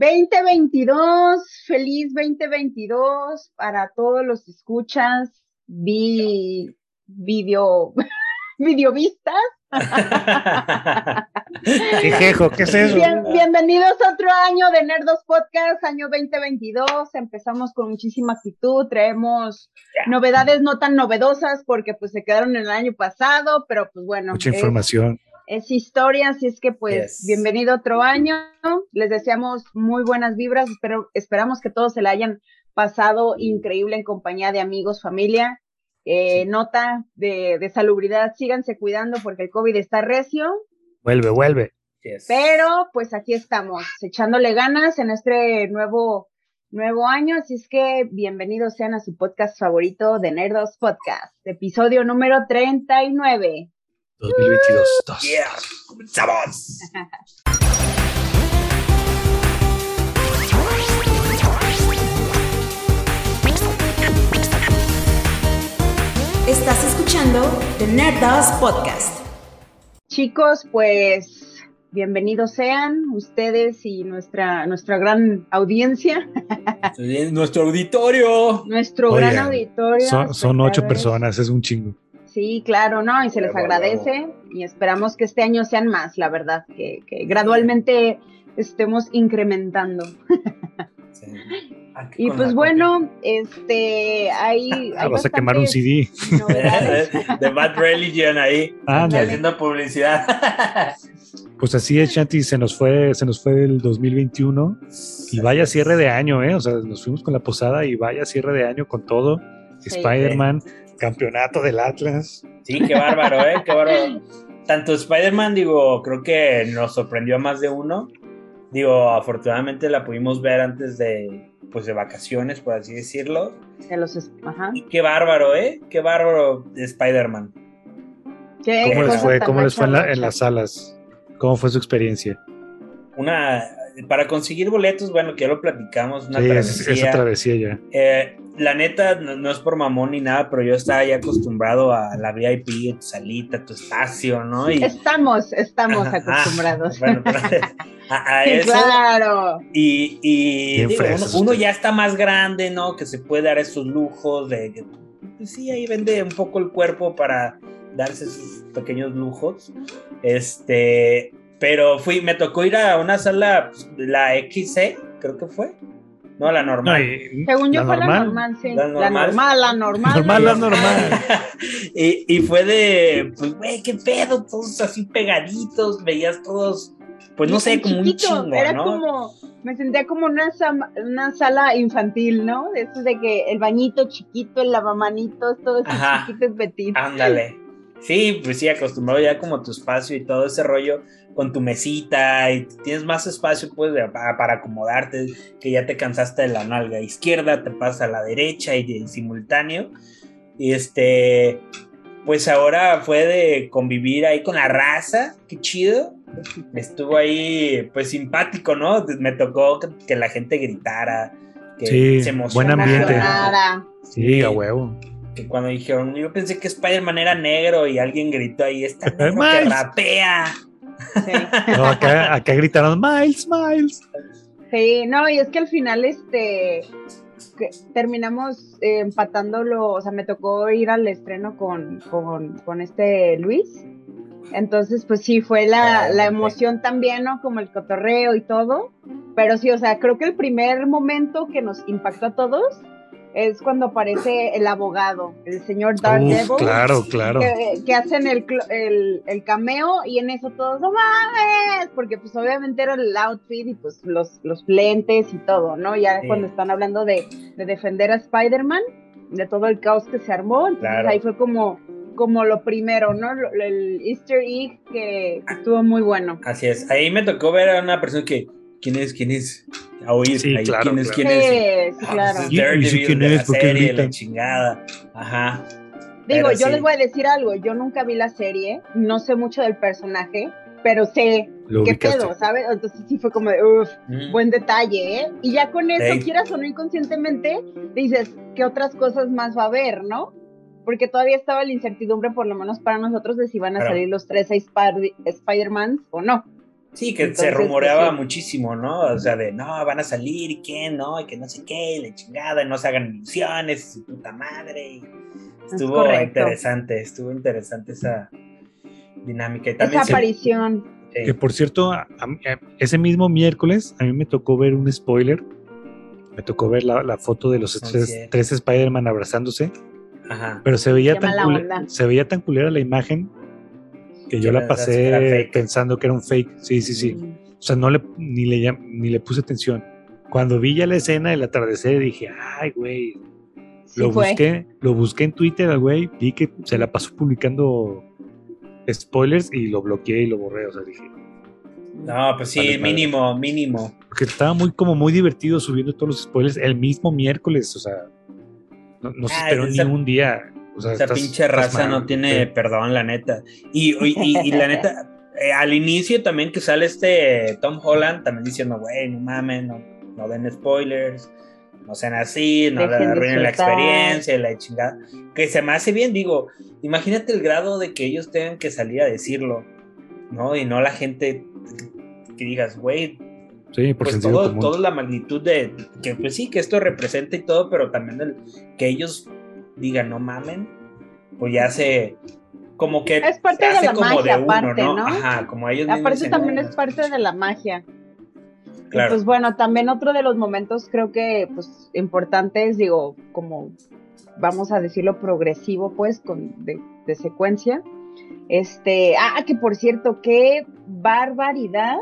2022, feliz 2022 para todos los escuchas, video, videovistas. ¿Qué jejo? ¿Qué es eso? Bienvenidos a otro año de Nerdos Podcast, año 2022. Empezamos con muchísima actitud, traemos novedades no tan novedosas porque pues se quedaron en el año pasado, pero pues bueno. Mucha información. Es historia, así es que pues bienvenido a otro año, les deseamos muy buenas vibras, esperamos que todos se la hayan pasado increíble en compañía de amigos, familia, nota de salubridad, síganse cuidando porque el COVID está recio. Vuelve. Yes. Pero pues aquí estamos, echándole ganas en este nuevo año, así es que bienvenidos sean a su podcast favorito de Nerdos Podcast, episodio número 39. 2022. Yeah, comenzamos. Estás escuchando The Nerdos Podcast. Chicos, pues bienvenidos sean ustedes y nuestra gran audiencia. Nuestro auditorio. Gran auditorio. Son 8 personas, es un chingo. Sí, claro, ¿no? Y se les agradece y esperamos que este año sean más, la verdad, que gradualmente estemos incrementando. Sí. Y pues bueno, hay vas a quemar un CD. De Bad Religion ahí, haciendo publicidad. Pues así es, Shanti, se nos fue el 2021 y vaya cierre de año, o sea, nos fuimos con la posada y vaya cierre de año con todo. Sí, Spider-Man, campeonato del Atlas. Sí, qué bárbaro, qué bárbaro. Tanto Spider-Man, creo que nos sorprendió a más de uno. Afortunadamente la pudimos ver antes de vacaciones, por así decirlo. Y qué bárbaro, qué bárbaro de Spider-Man. ¿Cómo les fue en las salas? ¿Cómo fue su experiencia? Para conseguir boletos, bueno, que ya lo platicamos, travesía. Esa travesía ya. La neta, no es por mamón ni nada, pero yo estaba ya acostumbrado a la VIP, a tu salita, a tu espacio, ¿no? Estamos acostumbrados. Bueno, pero a eso. Claro. Y uno ya está más grande, ¿no? Que se puede dar esos lujos de pues sí, ahí vende un poco el cuerpo para darse sus pequeños lujos. Pero me tocó ir a una sala, la XC, creo que fue. No, la normal. Según yo fue la normal, sí. La normal. Y fue de, pues, güey, qué pedo, todos así pegaditos, veías todos, pues no sé, como chiquito, un chingo, era ¿no? Me sentía como una sala infantil, ¿no? De eso de que el bañito chiquito, el lavamanitos, todo eso chiquito es petit. Ándale. Sí, pues sí, acostumbrado ya como tu espacio y todo ese rollo con tu mesita y tienes más espacio pues para acomodarte, que ya te cansaste de la nalga izquierda, te pasas a la derecha y en simultáneo. Y pues ahora fue de convivir ahí con la raza, qué chido. Estuvo ahí pues simpático, ¿no? Me tocó que la gente gritara, que se emocionara. Buen ambiente. Sí, a huevo. Que cuando dijeron, yo pensé que Spider-Man era negro y alguien gritó ahí, está negro que rapea. Sí. No, acá gritaron Miles. Sí, no, y es que al final terminamos empatándolo, o sea, me tocó ir al estreno con Luis. Entonces, pues sí, fue la emoción también, ¿no? Como el cotorreo y todo. Pero sí, o sea, creo que el primer momento que nos impactó a todos es cuando aparece el abogado, el señor Daredevil. Claro. Que hacen el cameo y en eso todos, ¡no mames! Porque pues obviamente era el outfit y pues los lentes y todo, ¿no? Ya cuando están hablando de defender a Spider-Man, de todo el caos que se armó, entonces ahí fue como lo primero, ¿no? El Easter egg que estuvo muy bueno. Así es, ahí me tocó ver a una persona que ¿Quién es? A oír, sí, ahí, claro, ¿quién es? Sí, claro. Pues Daredevil, ¿quién de la es? ¿Por qué serie, gritan? la chingada. Ajá. Digo, yo les voy a decir algo, yo nunca vi la serie, no sé mucho del personaje, pero sé qué pedo, ¿sabes? Entonces sí fue como de, buen detalle, ¿eh? Y ya con eso, quieras o no inconscientemente, dices, ¿qué otras cosas más va a haber, no? Porque todavía estaba la incertidumbre, por lo menos para nosotros, de si van a salir los 3 Spider-Mans o no. Sí, que Entonces, se rumoreaba pues, sí. muchísimo, ¿no? O sea, de no, van a salir y quién, no, y que no sé qué, y la chingada, y no se hagan ilusiones, y su puta madre. Y Es correcto. estuvo interesante esa dinámica. Y Esa también aparición. Que por cierto, ese mismo miércoles a mí me tocó ver un spoiler. Me tocó ver la foto de los tres Spider-Man abrazándose. Ajá. Pero se veía onda. se veía tan culera la imagen que yo la pasé pensando que era un fake. Sí. O sea, ni le puse atención. Cuando vi ya la escena del atardecer dije, ay, güey. Sí lo busqué en Twitter al güey, vi que se la pasó publicando spoilers y lo bloqueé y lo borré. O sea, dije. No, pues sí, mínimo. Porque estaba muy divertido subiendo todos los spoilers el mismo miércoles. O sea, no se esperó ni un día. O sea, esa pinche raza no tiene perdón, la neta. Y la neta, al inicio también que sale Tom Holland, también diciendo, güey, no mames, no den spoilers, no sean así, no le arruinen la experiencia, la chingada. Que se me hace bien, digo, imagínate el grado de que ellos tengan que salir a decirlo, ¿no? Y no la gente que digas, güey. Sí, por pues toda la magnitud de que pues sí, que esto representa y todo, pero también que ellos digan no mamen, pues ya se como que es parte se hace de la como magia, de uno, aparte, ¿no? Ajá, como ellos aparte también es parte de la magia. Claro. Y pues bueno, también otro de los momentos creo que pues importantes, digo, como vamos a decirlo progresivo, pues, de secuencia. Que por cierto, qué barbaridad,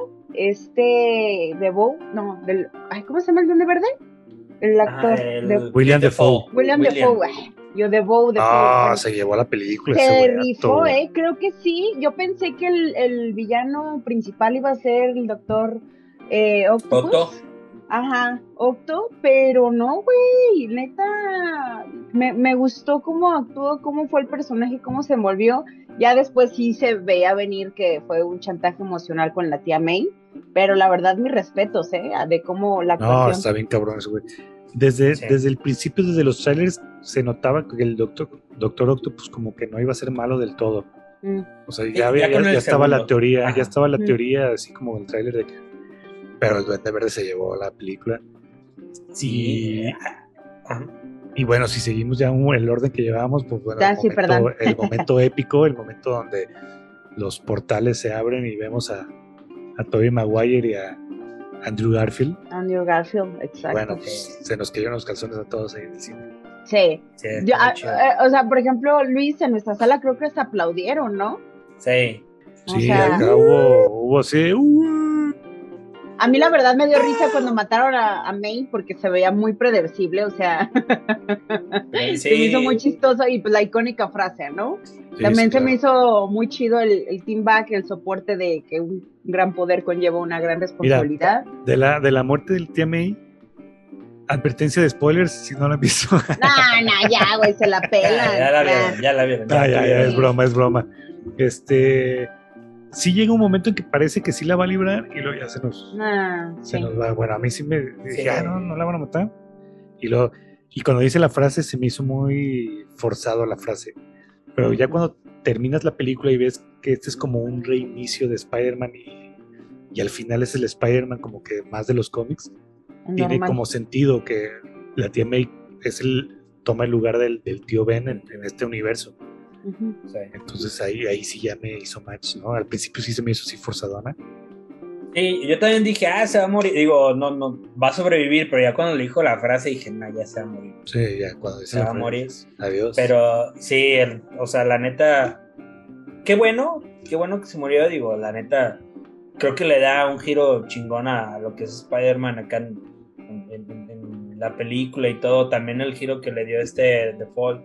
¿cómo se llama el Duende Verde? El actor. William Dafoe. William Dafoe. Dafoe. Ah, se llevó a la película. Se rifó, creo que sí. Yo pensé que el villano principal iba a ser el Doctor Octopus. Ajá, Octo, pero no, güey, neta, me gustó cómo actuó, cómo fue el personaje, cómo se envolvió. Ya después sí se veía venir que fue un chantaje emocional con la tía May, pero la verdad, mis respetos, de cómo la actuación. No, está bien cabrón ese güey. Desde el principio, desde los trailers, se notaba que el Doctor Octopus como que no iba a ser malo del todo. O sea, ya estaba la teoría, ajá. Ya estaba la teoría, así como el trailer de que pero el Duende Verde se llevó la película. Sí. Y bueno, si seguimos ya el orden que llevábamos, pues bueno, el momento épico, el momento donde los portales se abren y vemos a Tobey Maguire y a Andrew Garfield. Andrew Garfield, exacto. Bueno, pues se nos cayeron los calzones a todos ahí en el cine. Sí. O sea, por ejemplo, Luis, en nuestra sala creo que se aplaudieron, ¿no? Sí. Sí, acá hubo sí. A mí la verdad me dio risa cuando mataron a May porque se veía muy predecible, o sea, se me hizo muy chistoso y pues la icónica frase, ¿no? Sí, también se me hizo muy chido el team back, el soporte de que un gran poder conlleva una gran responsabilidad. Mira, de la muerte del tía May, advertencia de spoilers si no la han visto. No, ya, güey, se la pelan. Ya la vieron. Ya, es broma. Sí llega un momento en que parece que sí la va a librar y luego ya se nos va. Bueno, a mí sí me dije, no la van a matar. Y cuando dice la frase se me hizo muy forzado la frase. Pero ya cuando terminas la película y ves que este es como un reinicio de Spider-Man y al final es el Spider-Man como que más de los cómics, tiene como sentido que la tía May toma el lugar del tío Ben en este universo. Sí. Entonces ahí sí ya me hizo match, ¿no? Al principio sí se me hizo así forzadona. Sí, yo también dije, se va a morir. Digo, no, va a sobrevivir, pero ya cuando le dijo la frase dije, ya se va a morir. Sí, ya cuando dice se va a morir. Adiós. Pero sí, o sea, la neta, qué bueno que se murió, digo, la neta, creo que le da un giro chingón a lo que es Spider-Man acá en la película y todo. También el giro que le dio The Fall,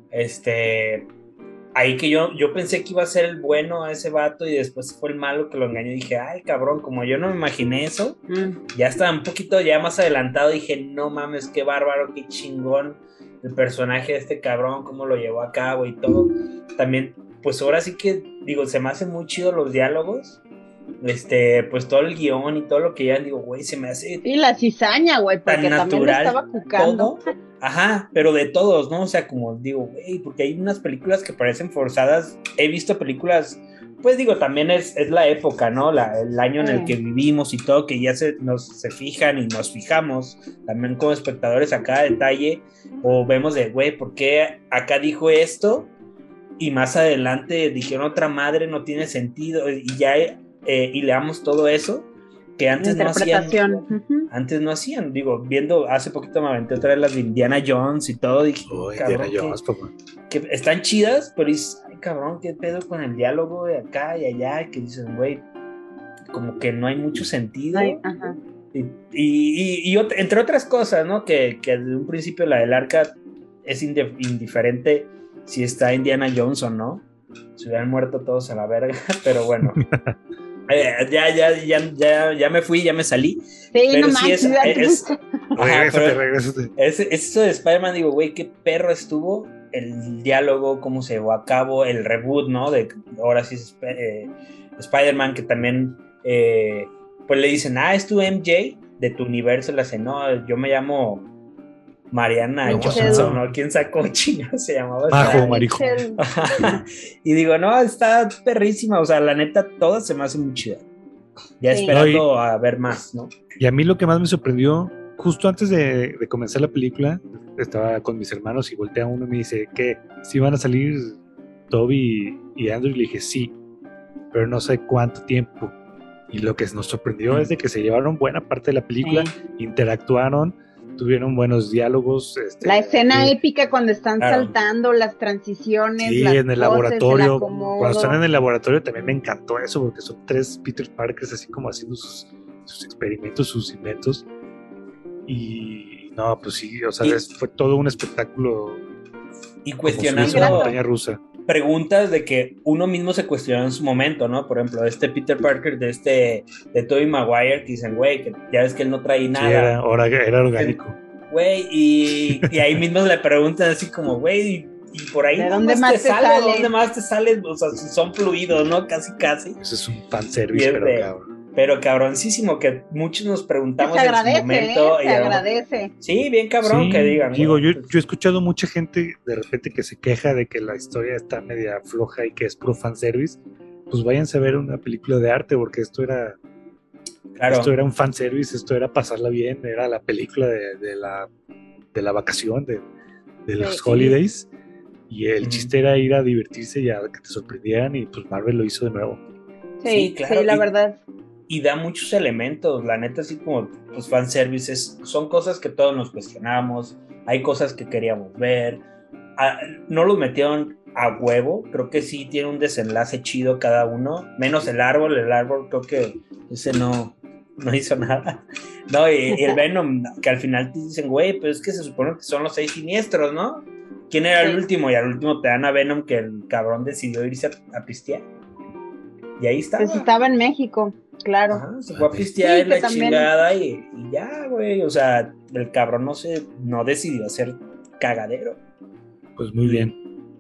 ahí que yo pensé que iba a ser el bueno a ese vato y después fue el malo que lo engañó y dije, ay cabrón, como yo no me imaginé eso, ya estaba un poquito ya más adelantado, dije, no mames, qué bárbaro, qué chingón el personaje de este cabrón, cómo lo llevó a cabo y todo. También, pues ahora sí que, digo, se me hacen muy chidos los diálogos, pues todo el guión y todo lo que ya digo, güey, se me hace... Y la cizaña, güey, porque tan también natural, le estaba cucando. Todo. Ajá, pero de todos, ¿no? O sea, como digo, güey, porque hay unas películas que parecen forzadas. He visto películas Pues digo, también es la época, ¿no? El año en el que vivimos y todo, que ya se fijan y nos fijamos también como espectadores a cada detalle, o vemos de, güey, ¿por qué acá dijo esto? Y más adelante dijeron otra madre, no tiene sentido, y ya, y leamos todo eso, que antes no hacían. Antes no hacían, digo, viendo, hace poquito me aventé otra vez las de Indiana Jones y todo, dije, cabrón, Indiana Jones, que están chidas, pero dices, ay, cabrón, qué pedo con el diálogo de acá y allá, que dicen, güey, como que no hay mucho sentido. Ay, ajá. Y entre otras cosas, ¿no? Que desde un principio la del arca es indiferente si está Indiana Jones o no. Se hubieran muerto todos a la verga, pero bueno. Ya me fui, ya me salí. Sí, pero no sí manches. Es eso de Spider-Man, digo, güey, qué perro estuvo el diálogo, cómo se llevó a cabo, el reboot, ¿no? De ahora sí es Spider-Man, que también pues le dicen, es tu MJ de tu universo. Le hacen, no, yo me llamo Mariana Johnson, ¿no? ¿Quién sacó chinga? Se llamaba Majo, marico. Y digo, no, está perrísima, o sea, la neta, toda se me hace muy chida. Ya esperando a ver más, ¿no? Y a mí lo que más me sorprendió, justo antes de comenzar la película, estaba con mis hermanos y voltea uno y me dice, ¿qué? ¿Sí van a salir Toby y Andrew? Y le dije, sí, pero no sé cuánto tiempo. Y lo que nos sorprendió es de que se llevaron buena parte de la película, interactuaron, tuvieron buenos diálogos. La escena épica cuando están saltando, las transiciones, sí, las en el laboratorio. Cuando están en el laboratorio también me encantó eso, porque son 3 Peter Parkers así como haciendo sus experimentos, sus inventos. Y no, pues sí, o sea, fue todo un espectáculo. Y cuestionando la montaña rusa. Preguntas de que uno mismo se cuestionó en su momento, ¿no? Por ejemplo, Peter Parker de Tobey Maguire, que dicen, güey, que ya ves que él no trae nada. Sí, era orgánico. Güey, y ahí mismo le preguntan así como, güey, y por ahí ¿de dónde más te sale? ¿Dónde más te sale? O sea, son fluidos, ¿no? Casi. Eso es un fanservice, pero cabrón. Pero cabroncísimo, que muchos nos preguntamos en su momento. Se agradece. Sí, bien cabrón que digan. Digo, yo he escuchado mucha gente de repente que se queja de que la historia está media floja y que es puro fanservice. Pues váyanse a ver una película de arte, porque esto era un fanservice, esto era pasarla bien, era la película de la vacación, de los holidays. Y el chiste era ir a divertirse y a que te sorprendieran, y pues Marvel lo hizo de nuevo. Sí, claro. Sí, la verdad. Y da muchos elementos, la neta, así como pues fanservices, son cosas que todos nos cuestionamos, hay cosas que queríamos ver, no los metieron a huevo, creo que sí tiene un desenlace chido cada uno, menos el árbol creo que ese no hizo nada, no, y el Venom, que al final te dicen, güey, pero es que se supone que son los 6 siniestros, ¿no? ¿Quién era el último? Y al último te dan a Venom, que el cabrón decidió irse a pistear, y ahí estaba. Pues estaba en México. Claro. Ajá, se fue a pistear en la chingada y ya, güey. O sea, el cabrón no decidió hacer cagadero. Pues muy bien.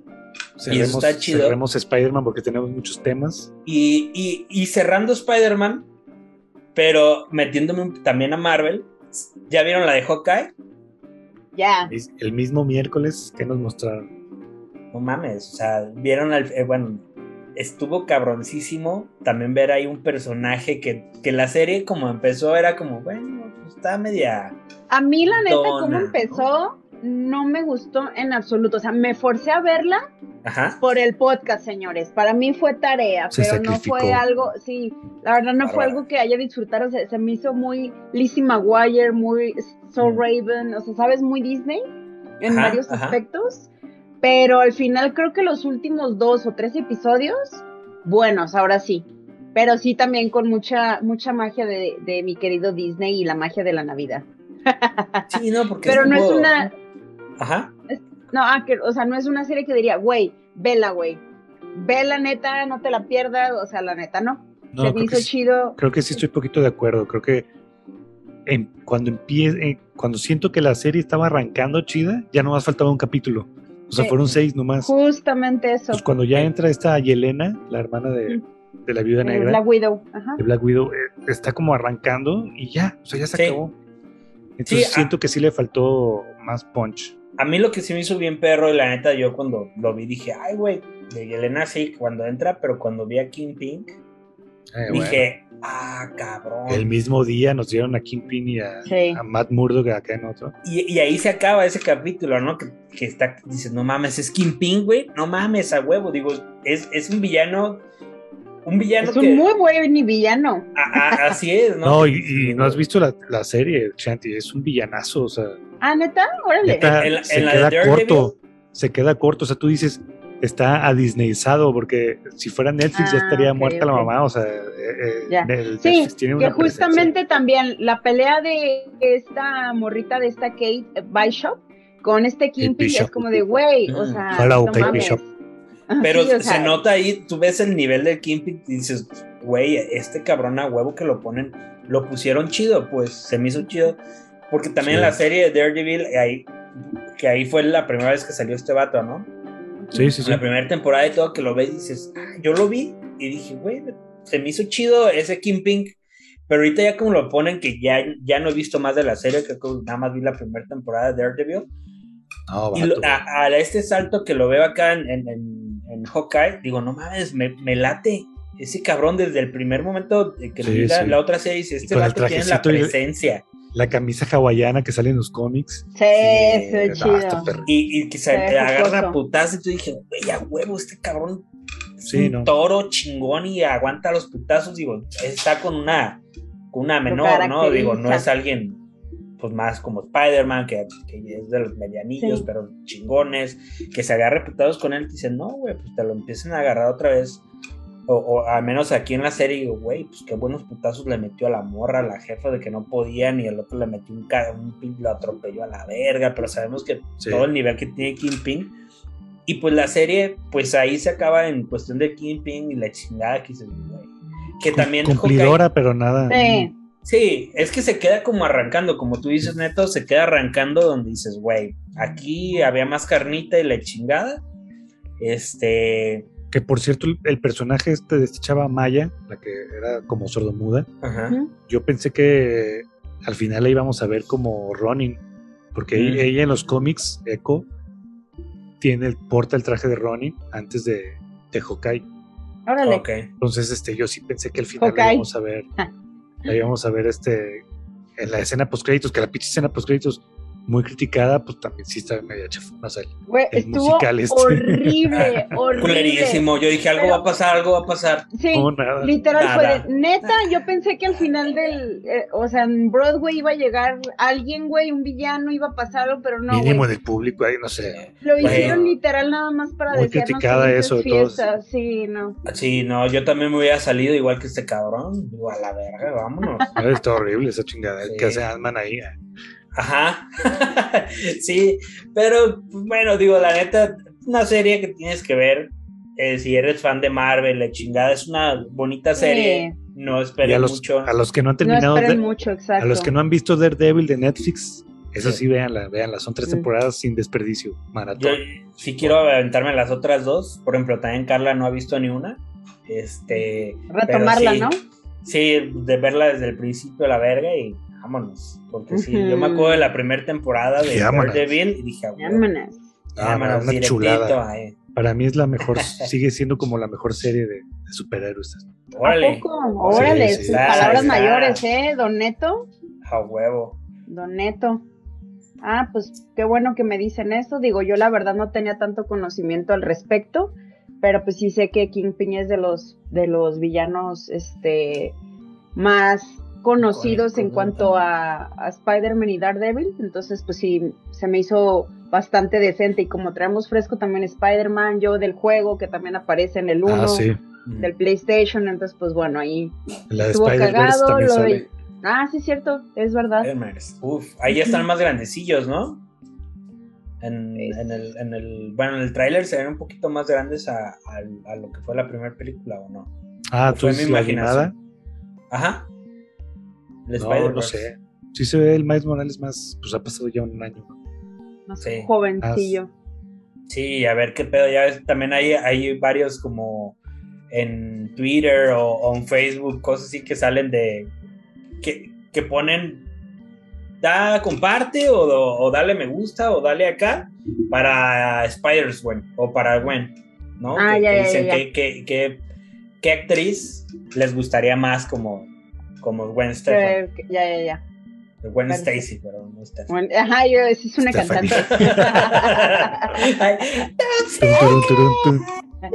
Cerremos Spider-Man porque tenemos muchos temas. Y cerrando Spider-Man, pero metiéndome también a Marvel. ¿Ya vieron la de Hawkeye? Ya. El mismo miércoles que nos mostraron. No mames, o sea, vieron bueno. Estuvo cabroncísimo también ver ahí un personaje que la serie como empezó era como, bueno, pues está media... A mí la neta como empezó no me gustó en absoluto, o sea, me forcé a verla por el podcast, señores, para mí fue tarea, pero no fue algo, la verdad no fue algo que haya disfrutado, o sea, se me hizo muy Lizzie McGuire, muy Soul Raven, o sea, ¿sabes? Muy Disney en varios aspectos. Pero al final creo que los últimos 2 o 3 episodios, buenos, ahora sí. Pero sí también con mucha magia de mi querido Disney y la magia de la Navidad. Sí, no, porque... Pero no es una... o sea, no es una serie que diría, güey, vela, neta, no te la pierdas, o sea, la neta, no. Se me hizo chido. Creo que sí estoy un poquito de acuerdo, creo que cuando siento que la serie estaba arrancando chida, ya nomás faltaba un capítulo. O sea, fueron 6 nomás. Justamente eso. Pues cuando ya entra esta Yelena, la hermana de la Viuda Negra. Black Widow. De Black Widow, está como arrancando y ya, o sea, ya se acabó. Entonces siento que sí le faltó más punch. A mí lo que sí me hizo bien perro, y la neta, yo cuando lo vi dije, ay, güey, de Yelena sí, cuando entra, pero cuando vi a Kingpin, dije, cabrón. El mismo día nos dieron a Kingpin y a Matt Murdock acá en otro. Y ahí se acaba ese capítulo, ¿no? Que está, dices, no mames, es Kingpin, güey, no mames, a huevo. Digo, es un villano. Es un muy buen villano. Así es, ¿no? No, y no has visto la serie, Shanti, es un villanazo, o sea. ¿Neta? Órale. Neta, se queda corto, o sea, tú dices, está adisneyzado, porque si fuera Netflix ya estaría muerta la mamá, o sea, Netflix tiene una justamente presencia. También la pelea de esta morrita de esta Kate Bishop con este Kingpin es como de, güey, o sea, Hello, no Kate mames. Bishop. Pero se nota ahí, tú ves el nivel del Kingpin y dices, güey, este cabrón a huevo que lo pusieron chido, pues se me hizo chido, porque también en la serie de Daredevil, ahí fue la primera vez que salió este vato, ¿no? Sí. La primera temporada y todo, que lo ves y dices, yo lo vi y dije, güey, se me hizo chido ese Kingpin, pero ahorita ya como lo ponen, que ya no he visto más de la serie, creo que nada más vi la primera temporada de Daredevil. Y a este salto que lo veo acá en Hawkeye, digo, no mames, me late ese cabrón desde el primer momento que vi la otra serie, dice, este vato tiene la presencia. La camisa hawaiana que sale en los cómics. Sí, es chido. Y que se agarra putazo y tú dije, güey, a huevo, este cabrón es un toro chingón y aguanta los putazos, digo, está con una menor, ¿no? Digo, no es alguien pues más como Spider-Man, que es de los medianillos, pero chingones, que se agarre putados con él, y dicen, no, güey, pues te lo empiezan a agarrar otra vez, o al menos aquí en la serie, digo, güey, pues qué buenos putazos le metió a la morra, a la jefa de que no podían, y el otro le metió lo atropelló a la verga, pero sabemos que todo el nivel que tiene Kingpin, y pues la serie, pues ahí se acaba en cuestión de Kingpin y la chingada que dices, güey, que también cumplidora, Hawkeye, pero nada. Sí, es que se queda como arrancando, como tú dices, Neto, se queda arrancando donde dices, güey, aquí había más carnita y la chingada. Que por cierto, el personaje de esta chava Maya, la que era como sordomuda, yo pensé que al final la íbamos a ver como Ronin, porque ella en los cómics, Echo, porta el traje de Ronin antes de Hawkeye. Órale. Okay. Entonces, yo sí pensé que al final la íbamos a ver. La íbamos a ver en la escena postcréditos, que la pinche escena postcréditos muy criticada, pues también sí está media chafona, o sea, el musical horrible, horrible. Culerísimo, yo dije, algo va a pasar. Sí, literal nada. Fue de, neta, yo pensé que al final o sea, en Broadway iba a llegar alguien, güey, un villano, iba a pasar algo, pero no, mínimo del público ahí, no sé. Lo hicieron literal nada más para muy criticada eso de todos. Sí, no. Sí, no, yo también me hubiera salido igual que este cabrón, digo, a la verga, vámonos. Está horrible esa chingada, que hace Ant-Man ahí. Ajá, sí, pero bueno, digo, la neta, una serie que tienes que ver, si eres fan de Marvel, la chingada, es una bonita serie, no esperen mucho. A los que no han terminado, mucho, exacto. A los que no han visto Daredevil de Netflix, eso sí, véanla, son 3 temporadas sin desperdicio, maratón. Yo sí quiero aventarme las otras 2, por ejemplo, también Carla no ha visto ni una, retomarla, sí, ¿no? Sí, de verla desde el principio a la verga y vámonos, porque sí, yo me acuerdo de la primera temporada de Daredevil y dije, vámonos, una chulada. Para mí es la mejor, sigue siendo como la mejor serie de superhéroes. Órale. ¿A poco? Órale, sí, palabras mayores, Don Neto. A huevo. Don Neto. Pues qué bueno que me dicen eso. Digo, yo la verdad no tenía tanto conocimiento al respecto, pero pues sí sé que Kingpin es de los villanos más conocidos en cuanto a Spider-Man y Daredevil, entonces pues sí, se me hizo bastante decente, y como traemos fresco también Spider-Man, yo del juego, que también aparece en el 1 del PlayStation, entonces pues bueno, ahí la estuvo cagado, sí, cierto, es verdad. Ahí ya están más grandecillos, ¿no? En el tráiler se ven un poquito más grandes a lo que fue la primera película, ¿o no? ¿Tú dices la animada? Ajá. No sé. Sí se ve el Miles Morales más, pues ha pasado ya un año. Más jovencillo. Sí, a ver qué pedo. Ya ves, también hay varios como en Twitter o en Facebook, cosas así que salen de que ponen comparte o dale me gusta o dale acá para Spider-Gwen o para Gwen. ¿no? Ah, que ya, dicen ya. ¿qué actriz les gustaría más como Gwen Stefani? Ya. Gwen Perfecto. Stacy, pero no Stefani. Bueno, ajá, esa es una Stephanie. cantante. Ay, Tun.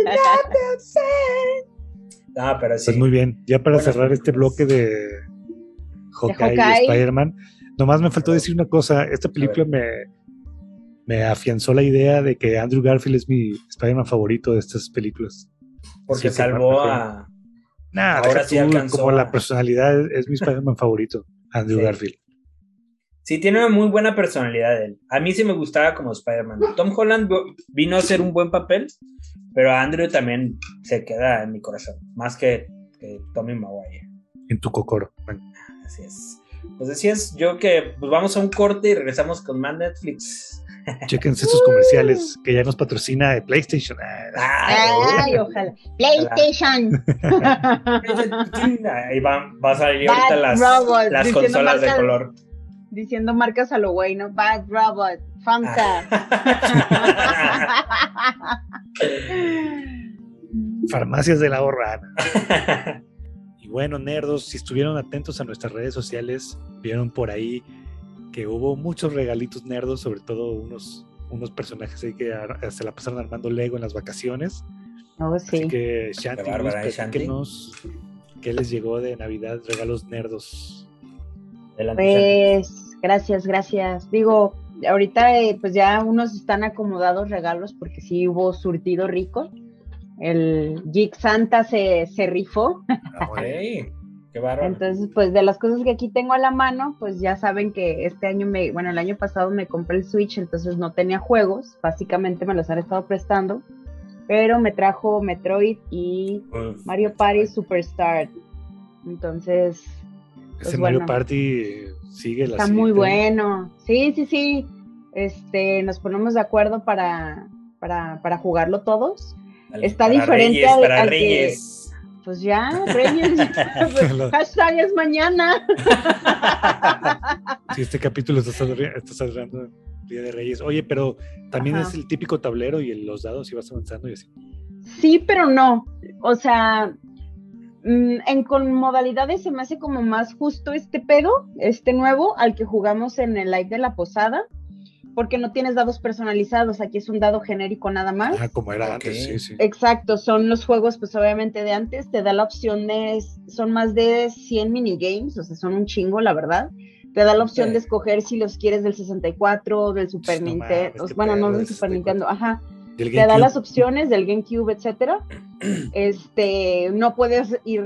no, pero sí. Pues muy bien, ya para Buenas cerrar este películas. bloque de Hawkeye y Hawkeye. Spider-Man, nomás me faltó decir una cosa, esta película me afianzó la idea de que Andrew Garfield es mi Spider-Man favorito de estas películas. Porque Así que salvó mejor. a... Nah, Ahora deja sí tú, alcanzó como a... la personalidad es mi Spider-Man favorito, Andrew Sí. Garfield. Sí, tiene una muy buena personalidad él. A mí sí me gustaba como Spider-Man. Tom Holland vino a hacer un buen papel, pero Andrew también se queda en mi corazón, más que Tobey Maguire. En tu cocoro. Bueno, Así es. Pues decías yo que pues vamos a un corte y regresamos con más Netflix. chéquense sus comerciales, que ya nos patrocina de PlayStation. Ay, ojalá. PlayStation. Ahí va a salir ahorita Bad Robot, las diciendo consolas de marcas- color. Diciendo marcas a lo güey, ¿no? Bad Robot, FAMSA. Farmacias del ahorro. Y bueno, nerdos, si estuvieron atentos a nuestras redes sociales, vieron por ahí que hubo muchos regalitos nerdos, sobre todo unos personajes ahí que se la pasaron armando Lego en las vacaciones. Oh, Así sí. que Shanti, Qué bárbara, Luis, Shanti. platíquenos qué les llegó de Navidad, regalos nerdos. Adelante, Pues, gracias. Digo, ahorita pues ya unos están acomodados regalos porque sí hubo surtido rico. El Geek Santa se rifó. Shanti. Qué bárbaro. Entonces, pues de las cosas que aquí tengo a la mano, pues ya saben que este año el año pasado me compré el Switch, entonces no tenía juegos, básicamente me los han estado prestando, pero me trajo Metroid y Uf, Mario Party Superstar. Entonces, pues Ese bueno, Mario Party sigue la está siguiente. muy bueno. Sí. Nos ponemos de acuerdo para jugarlo todos. Dale, Está para diferente Reyes, para al Reyes. pues ya, Reyes, hashtag es mañana. Sí, este capítulo está saliendo el Día de Reyes. Oye, pero también Ajá. es el típico tablero y los dados y vas avanzando y así. Sí, pero no. O sea, con modalidades se me hace como más justo este pedo, este nuevo, al que jugamos en el live de la posada, porque no tienes dados personalizados. Aquí es un dado genérico nada más. Ah, como era Ok. antes, sí. Exacto, son los juegos, pues obviamente de antes, te da la opción son más de 100 minigames, o sea, son un chingo, la verdad. Te da la opción de escoger si los quieres del 64, del Super No Nintendo, mames, qué bueno, no perro, del del Super 64. Nintendo, ajá. Del Te da GameCube. las opciones del GameCube, etcétera. No puedes ir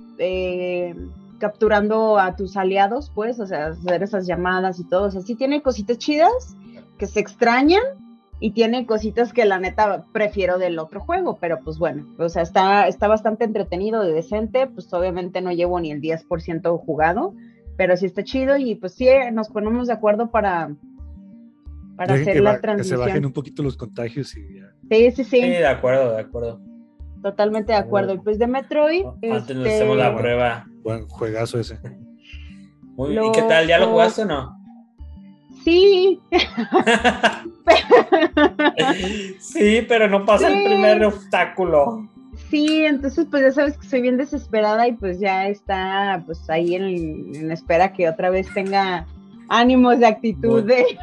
capturando a tus aliados, pues, o sea, hacer esas llamadas y todo. O sea, sí tiene cositas chidas que se extrañan y tiene cositas que la neta prefiero del otro juego, pero pues bueno, o sea, está bastante entretenido y decente. Pues obviamente no llevo ni el 10% jugado, pero sí está chido y pues sí, nos ponemos de acuerdo para Dejen hacer la que se transmisión. bajen un poquito los contagios y ya. Sí. Sí, de acuerdo. Totalmente de acuerdo. Y pues de Metroid, Antes nos hacemos la prueba. Buen juegazo ese. ¿Y qué tal? ¿Ya lo jugaste o no? Sí. Sí, pero no pasa el primer obstáculo. Sí, entonces pues ya sabes que soy bien desesperada y pues ya está pues ahí en espera que otra vez tenga ánimos de actitud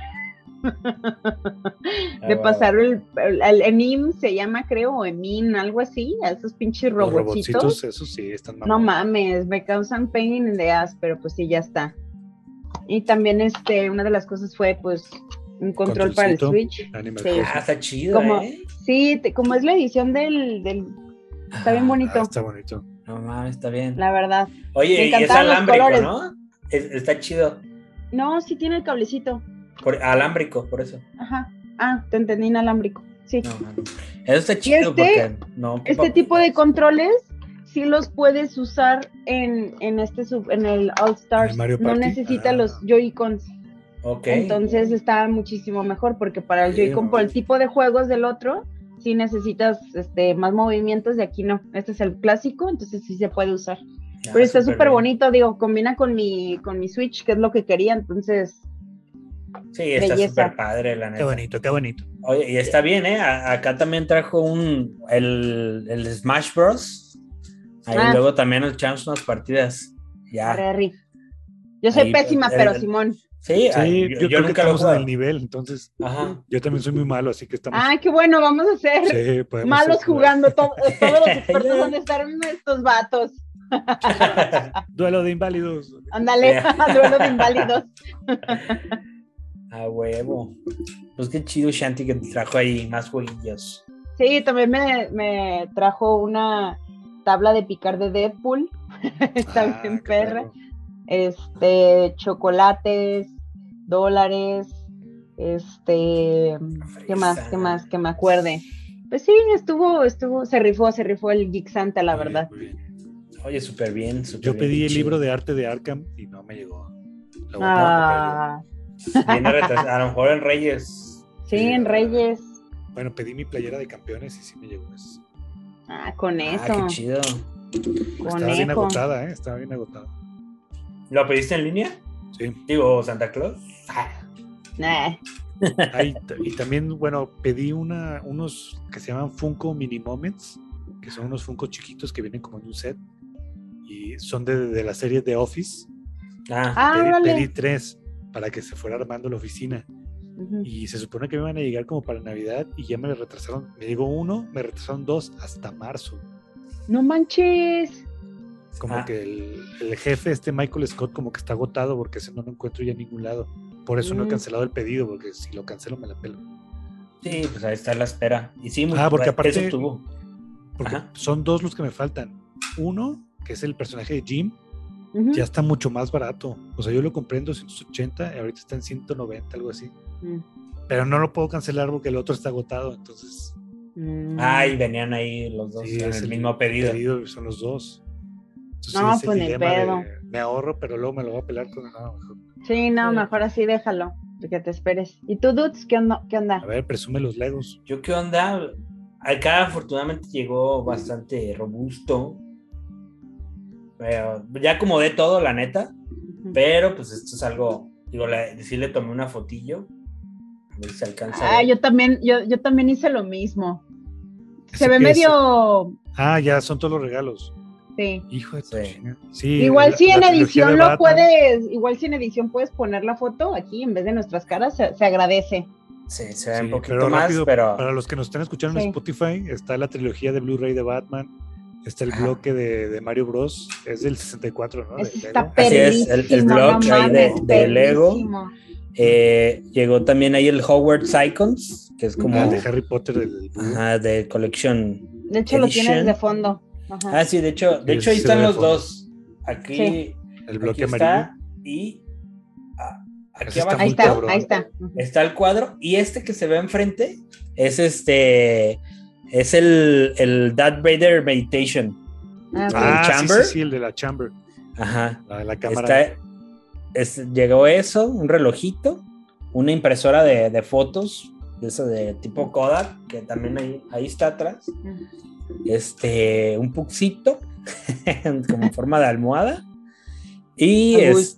de pasar el EMIM, se llama creo, o EMIN, algo así, a esos pinches Los robotcitos. robotcitos, esos sí, están mal. No mames, me causan pain in the ass, pero pues sí, ya está. Y también una de las cosas fue pues un control para el Switch. Animal Sí. Crossing. Está chido, Sí, como es la edición del está bien bonito. Está bonito. No mames, está bien. La verdad. Oye, Me y es encantaron los alámbrico, colores. ¿no? Está chido. No, sí tiene el cablecito. Alámbrico, por eso. Ajá. Ah, te entendí inalámbrico. Sí. No, eso está chido porque no. Este tipo de controles sí los puedes usar en el All Stars. No necesita los Joy-Cons. Ok. Entonces está muchísimo mejor porque para el Joy-Con, por el tipo de juegos del otro, sí necesitas más movimientos, de aquí no. Este es el clásico, entonces sí se puede usar. Pero está súper bonito, digo, combina con mi Switch, que es lo que quería, entonces Sí, está Belleza. súper padre, la neta. Qué bonito, qué bonito. Oye, y está bien, ¿eh? Acá también trajo el Smash Bros. Ahí luego también nos echamos unas partidas. Ya. Arre. Yo soy Ahí, pésima, pero Simón. Sí, Sí, yo creo que nunca lo he estamos en el jugado. nivel, entonces Ajá. yo también soy muy malo, así que estamos. Ay, qué bueno, vamos a ser Sí, podemos malos ser- jugando. Todos los expertos van a estar estos vatos. Duelo de inválidos. Ándale, duelo de inválidos. A huevo. Pues qué chido, Shanti, que te trajo ahí más jueguillos. Sí, también me trajo una tabla de picar de Deadpool. Está bien qué perra. perro. Chocolates, dólares, ¿qué más que me acuerde? Pues sí, se rifó el Geek Santa, la Muy verdad. bien, muy bien. Oye, súper bien, Yo pedí el chido. libro de arte de Arkham y no me llegó. Lo voy a Viene retrasado, a lo mejor en Reyes. Sí, en Reyes. Bueno, pedí mi playera de campeones y sí me llegó eso. Con eso. Qué chido. Estaba bien agotada, estaba bien agotada. ¿Lo pediste en línea? Sí. Digo, Santa Claus. Y también, bueno, pedí unos que se llaman Funko Mini Moments, que son unos Funko chiquitos que vienen como en un set y son de la serie The Office. Pedí 3 para que se fuera armando la oficina. Uh-huh. Y se supone que me iban a llegar como para Navidad y ya me retrasaron. Me llegó 1, me retrasaron 2 hasta marzo. No manches. Como que el jefe, Michael Scott, como que está agotado porque ese no lo encuentro ya en ningún lado. Por eso no he cancelado el pedido, porque si lo cancelo me la pelo. Sí, pues ahí está la espera. Y sí, porque aparte eso tuvo. Porque son 2 los que me faltan. Uno, que es el personaje de Jim, uh-huh. ya está mucho más barato. O sea, yo lo compré en 280 y ahorita está en 190, algo así. Pero no lo puedo cancelar porque el otro está agotado, entonces. Y venían ahí los dos en el mismo pedido. Son los 2. Entonces, no, es pues el ni pedo. me ahorro, pero luego me lo voy a pelar con nada mejor. Sí, no, mejor así déjalo, que te esperes. ¿Y tú, Dudes, qué onda? A ver, presume los Legos. ¿Yo qué onda? Acá afortunadamente llegó bastante robusto. Ya acomodé todo, la neta. Pero pues esto es algo, digo, sí le tomé una fotillo. A ver si se alcanza. Yo también hice lo mismo. Se ve medio... ya son todos los regalos. Sí. Hijo de sí. Sí, igual si en edición puedes poner la foto aquí en vez de nuestras caras, se agradece. Sí, se ve un poquito más, rápido, pero... Para los que nos están escuchando en Spotify, está la trilogía de Blu-ray de Batman, está el bloque de Mario Bros, es del 64, ¿no? Está Así es, el bloque ahí de Lego. Llegó también ahí el Hogwarts Icons, que es como... de Harry Potter. De Collection De hecho, lo tienes de fondo. Ajá. Sí, de hecho ahí están los dos. Aquí, el bloque aquí amarillo. Está, y aquí abajo. Ahí está. Está el cuadro. Y este que se ve enfrente es es el Darth Vader Meditation. El Chamber. Sí, el de la Chamber. Ajá. La cámara. Llegó eso, un relojito, una impresora de fotos, de eso de tipo Kodak, que también ahí está atrás. Un puxito como en forma de almohada y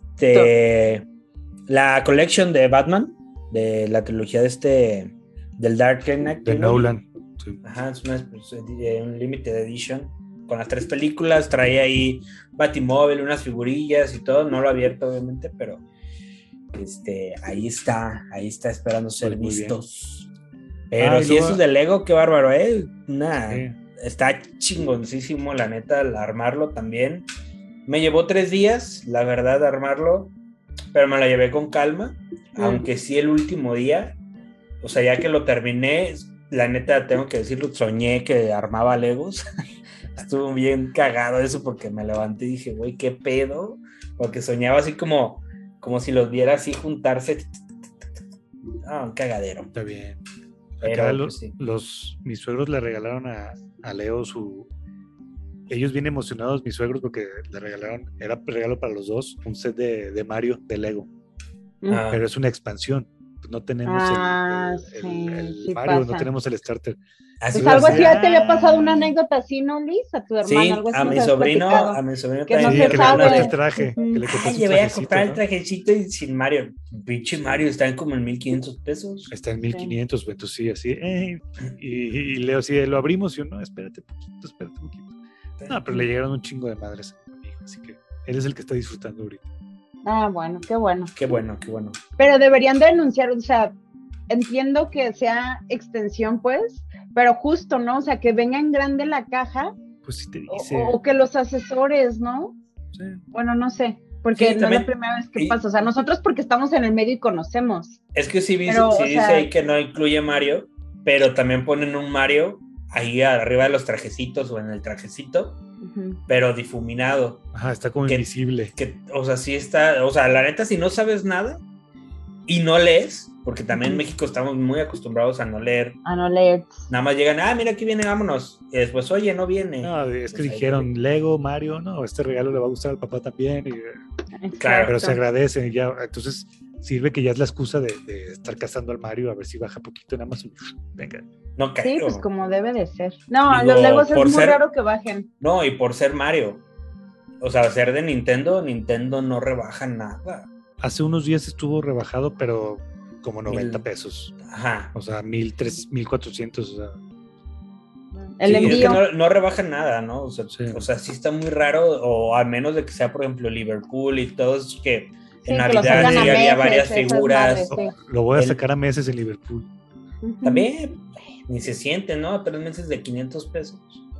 la collection de Batman de la trilogía del Dark Knight de Nolan. Sí. Ajá, es un limited edition con las 3 películas, trae ahí Batimóvil, unas figurillas y todo, no lo he abierto obviamente, pero ahí está esperando ser vistos. Pero si eso es de Lego, qué bárbaro, está chingoncísimo, la neta, al armarlo también. Me llevó 3 días, la verdad, armarlo, pero me lo llevé con calma, aunque sí el último día, o sea, ya que lo terminé, la neta, tengo que decirlo, soñé que armaba Legos. Estuvo bien cagado eso porque me levanté y dije, güey, ¿qué pedo? Porque soñaba así como si los viera así juntarse. Un cagadero. Está bien. Pero, acá mis suegros le regalaron a Leo ellos bien emocionados, mis suegros, porque le regalaron, era regalo para los dos, un set de Mario de Lego. Pero es una expansión. pues no tenemos el Mario, pasa. no tenemos el starter. Así Pues va a algo ser. así ya te había pasado una anécdota así, ¿no, Liz? A tu hermana, Sí, algo así a nos mi has sobrino platicado. también. Que no Sí, se que le compraste sabe. el traje, que le compraste Ay, un le voy a trajecito, comprar el ¿no? trajecito y sin Mario. Pinche Mario, está en como en 1,500 pesos. Está en 1500, güey, entonces sí, así, y Leo así, lo abrimos y yo, no, espérate un poquito. No, pero le llegaron un chingo de madres a mi hijo, así que él es el que está disfrutando ahorita. Ah, bueno, qué bueno. Qué bueno, qué bueno. Pero deberían de denunciar, o sea, entiendo que sea extensión, pues, pero justo, ¿no? O sea, que venga en grande la caja Pues sí te dice. o que los asesores, ¿no? Sí. Bueno, no sé, porque Sí, no también. es la primera vez que pasa. O sea, nosotros porque estamos en el medio y conocemos. Es que sí, Pero, o dice sea, ahí que no incluye Mario, pero también ponen un Mario ahí arriba de los trajecitos o en el trajecito, pero difuminado. Ajá, está como invisible. O sea, sí está, o sea, la neta, si no sabes nada y no lees, porque también en México estamos muy acostumbrados a no leer. A no leer. Nada más llegan, mira, aquí viene, vámonos. Y después, oye, no viene. No, es que Pues dijeron Lego, Mario, no, este regalo le va a gustar al papá también. Claro. Pero se agradece, ya, entonces sirve que ya es la excusa de estar cazando al Mario a ver si baja poquito en Amazon. Venga. No, claro. Sí, pues como debe de ser. No, Digo, los Legos es muy ser, raro que bajen. No, y por ser Mario. O sea, ser de Nintendo no rebaja nada. Hace unos días estuvo rebajado, pero como 90 pesos. Ajá. O sea, 1,400, o sea. El envío. Es que no rebaja nada, ¿no? O sea, sí está muy raro, o al menos de que sea, por ejemplo, Liverpool y todo eso, que en Navidad sí había varias figuras. Madres, sí. Lo voy a sacar a meses en Liverpool. También, ni se siente, ¿no? 3 meses de 500 pesos.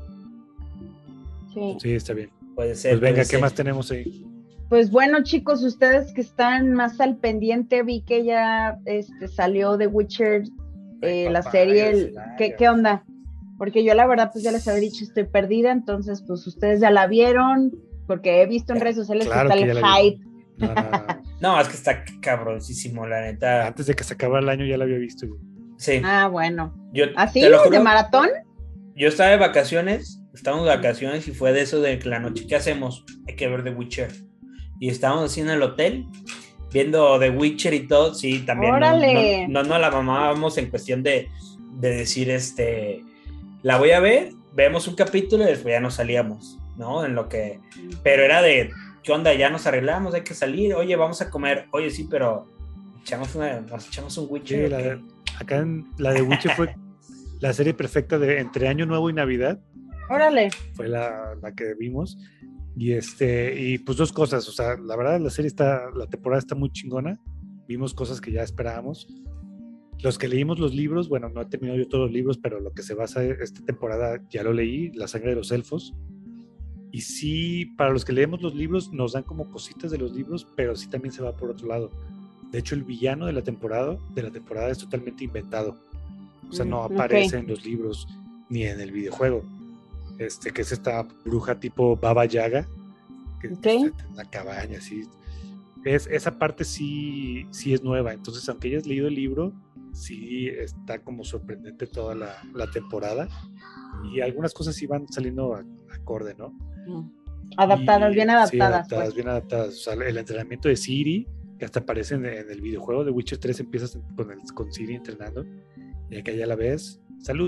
Sí, está bien. Puede ser. Pues venga, puede ¿qué ser. más tenemos ahí? Pues bueno, chicos, ustedes que están más al pendiente, vi que ya salió The Witcher, la serie. ¿Qué onda? Porque yo la verdad pues ya les había dicho, estoy perdida, entonces pues ustedes ya la vieron, porque he visto en redes sociales Claro que está el hype. No, es que está cabroncísimo, la neta. Antes de que se acabara el año ya la había visto. Sí. Ah, bueno. ¿Así? Te lo juro, ¿de maratón? Yo estaba de vacaciones, estábamos de vacaciones y fue de eso de que la noche, ¿qué hacemos? Hay que ver The Witcher. Y estábamos así en el hotel, viendo The Witcher y todo, sí, también. ¡Órale! No la mamábamos en cuestión de decir, la voy a ver, vemos un capítulo y después ya nos salíamos, ¿no? Pero era de, ¿qué onda? Ya nos arreglamos, hay que salir, oye, vamos a comer, oye, sí, pero nos echamos un Witcher. Sí, acá en la de Witcher fue la serie perfecta de entre Año Nuevo y Navidad. ¡Órale! Fue la que vimos. Y pues dos cosas, o sea, la verdad la temporada está muy chingona. Vimos cosas que ya esperábamos. Los que leímos los libros, bueno, no he terminado yo todos los libros, pero lo que se basa esta temporada ya lo leí, La sangre de los elfos. Y sí, para los que leemos los libros nos dan como cositas de los libros, pero sí también se va por otro lado. De hecho, el villano de la temporada es totalmente inventado. O sea, no aparece en los libros ni en el videojuego. Que es esta bruja tipo Baba Yaga, que está en la cabaña, así. Esa parte sí es nueva. Entonces, aunque hayas leído el libro, sí está como sorprendente toda la temporada. Y algunas cosas sí van saliendo acorde, ¿no? Adaptadas, bien adaptadas. Sí, adaptadas, pues. bien adaptadas. O sea, el entrenamiento de Ciri, que hasta aparece en el videojuego de Witcher 3, empiezas con Ciri entrenando. Y acá ya la ves. ¡Salud!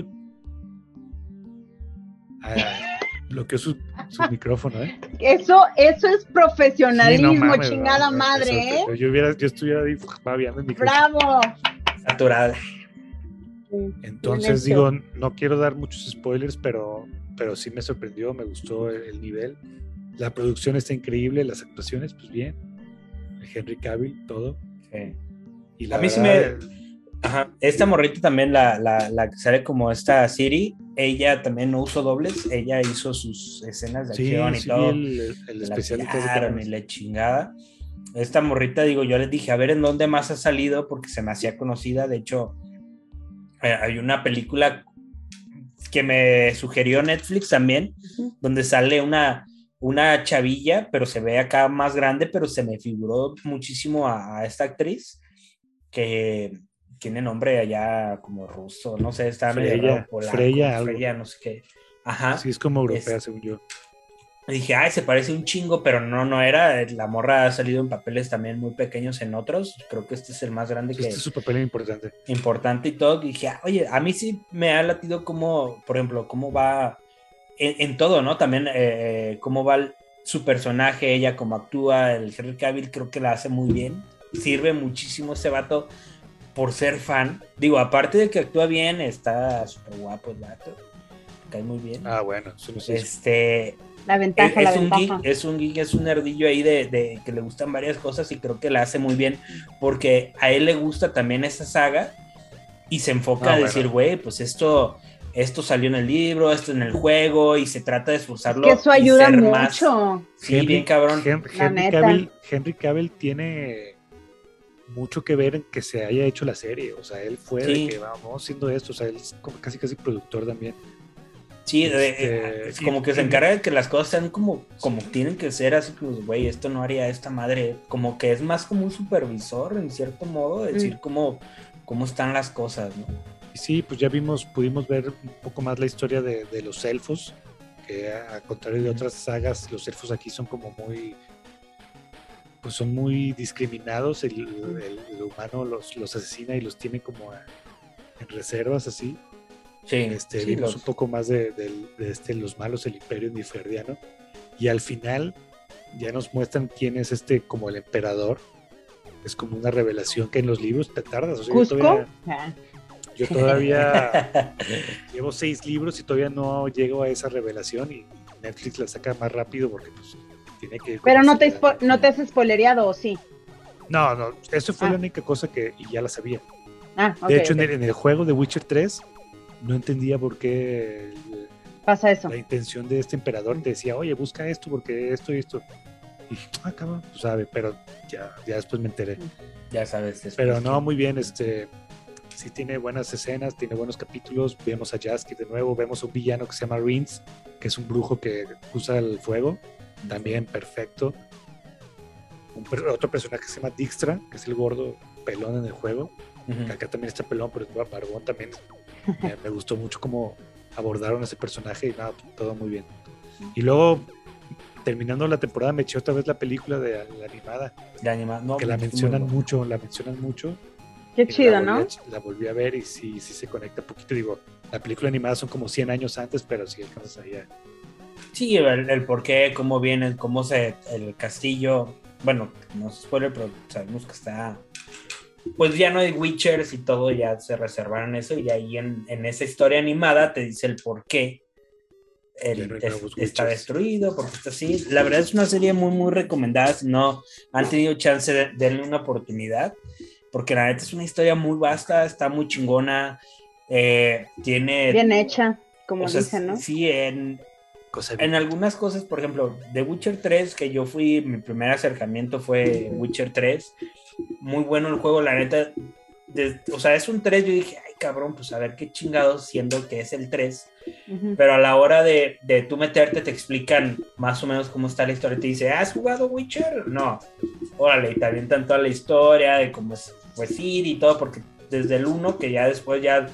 Bloqueó su micrófono, ¿eh? Eso es profesionalismo, sí, no mames, chingada madre, eso, yo estuviera ahí babeando el micrófono. ¡Bravo! Saturada. Entonces digo, no quiero dar muchos spoilers, pero sí me sorprendió, me gustó el nivel. La producción está increíble, las actuaciones, pues bien. Henry Cavill, todo. Sí. Y a mí sí me... Ajá. Esta morrita también, la que sale como esta Siri, ella también no usó dobles, ella hizo sus escenas de acción y todo. El especial y la chingada. Esta morrita, digo, yo les dije, a ver en dónde más ha salido, porque se me hacía conocida. De hecho, hay una película que me sugirió Netflix también, donde sale una chavilla, pero se ve acá más grande, pero se me figuró muchísimo a esta actriz, que tiene nombre allá como ruso, no sé, está medio raro, polaco, Freya, Freya, no sé qué. Ajá. Sí, es como europea, según yo. dije, ay, se parece un chingo, pero no era. La morra ha salido en papeles también muy pequeños en otros. Creo que este es el más grande. Este es su papel importante. Importante y todo. Y dije, oye, a mí sí me ha latido como, por ejemplo, cómo va en todo, ¿no? También cómo va su personaje, ella, cómo actúa. El Henry Cavill creo que la hace muy bien. Sirve muchísimo ese vato por ser fan. Digo, aparte de que actúa bien, está súper guapo el vato. Cae muy bien. Ah, bueno, eso no La ventaja, es un geek, es un nerdillo ahí de que le gustan varias cosas y creo que la hace muy bien porque a él le gusta también esa saga y se enfoca a decir, güey, pues esto salió en el libro, esto en el juego y se trata de esforzarlo. Es que eso ayuda mucho. Más. Sí, bien cabrón. Henry Cavill tiene mucho que ver en que se haya hecho la serie, o sea, él fue de que vamos haciendo esto, o sea, él es como casi productor también. Sí, es como que se encarga de que las cosas sean como tienen que ser, así que, pues, güey, esto no haría esta madre. Como que es más como un supervisor, en cierto modo, decir cómo están las cosas, ¿no? Sí, pues ya pudimos ver un poco más la historia de los elfos, que a contrario de otras sagas, los elfos aquí son como muy, pues son muy discriminados, el humano los asesina y los tiene como en reservas, así. Sí, vimos un poco más de los malos, el Imperio Niferdiano, y al final ya nos muestran quién es como el emperador. Es como una revelación que en los libros te tardas. O sea, ¿Cusco? Yo todavía llevo 6 libros y todavía no llego a esa revelación, y Netflix la saca más rápido porque pues tiene que... Pero no te has spoilereado, ¿o sí? No, eso fue la única cosa y ya la sabía. Okay, de hecho, en el juego de Witcher 3 no entendía por qué pasa eso. La intención de este emperador te decía, oye, busca esto porque esto y esto. Y dije, cabrón, tú sabes, pero ya después me enteré. Ya sabes. Pero no, muy bien, sí tiene buenas escenas, tiene buenos capítulos. Vemos a Jaskier de nuevo, vemos a un villano que se llama Rince, que es un brujo que usa el fuego, también perfecto. Otro personaje que se llama Dijkstra, que es el gordo pelón en el juego. Uh-huh. Acá también está pelón, pero es barbón también. Me gustó mucho cómo abordaron a ese personaje y nada, todo muy bien. Y luego, terminando la temporada, me eché otra vez la película de la animada. Que la mencionan mucho. Qué chido, ¿no? La volví a ver y sí se conecta un poquito. Digo, la película animada son como 100 años antes, pero sí alcanzas ahí a... Sí, el por qué, cómo viene, el castillo. Bueno, no es spoiler, pero sabemos que está... Pues ya no hay Witchers y todo, ya se reservaron eso, y ahí en esa historia animada te dice el por qué está destruido, porque está así. La verdad es una serie muy, muy recomendada. Si no han tenido chance de darle una oportunidad, porque la neta es una historia muy vasta, está muy chingona, tiene... Bien hecha, como dicen, ¿no? Sí, en algunas cosas, por ejemplo, de Witcher 3, que yo fui, mi primer acercamiento fue Witcher 3, muy bueno el juego, la neta, o sea, es un 3, yo dije, ay cabrón, pues a ver qué chingados, siendo que es el 3, pero a la hora de tú meterte te explican más o menos cómo está la historia, te dice, ¿has jugado Witcher? No, órale, y te avientan toda la historia de cómo fue Ciri y todo, porque desde el 1, que ya después ya...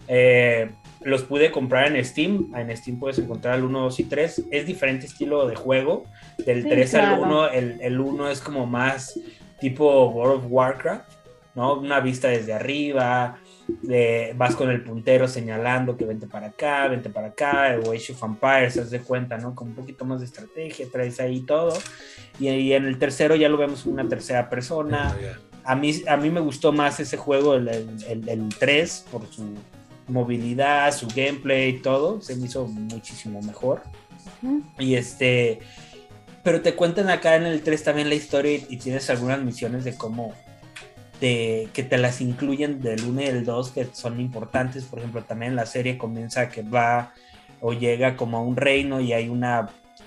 los pude comprar en Steam. En Steam puedes encontrar el 1, 2 y 3. Es diferente estilo de juego. Del 3 al 1, el 1 es como más tipo World of Warcraft, ¿no? Una vista desde arriba, vas con el puntero señalando que vente para acá, o Age of Empires, haz de cuenta, ¿no? Con un poquito más de estrategia, traes ahí todo. Y en el tercero ya lo vemos en una tercera persona. A mí me gustó más ese juego, el 3, por su movilidad, su gameplay y todo, se me hizo muchísimo mejor. Y pero te cuentan acá en el 3 también la historia y tienes algunas misiones de cómo que te las incluyen del 1 y del 2 que son importantes. Por ejemplo, también la serie comienza que va o llega como a un reino y hay una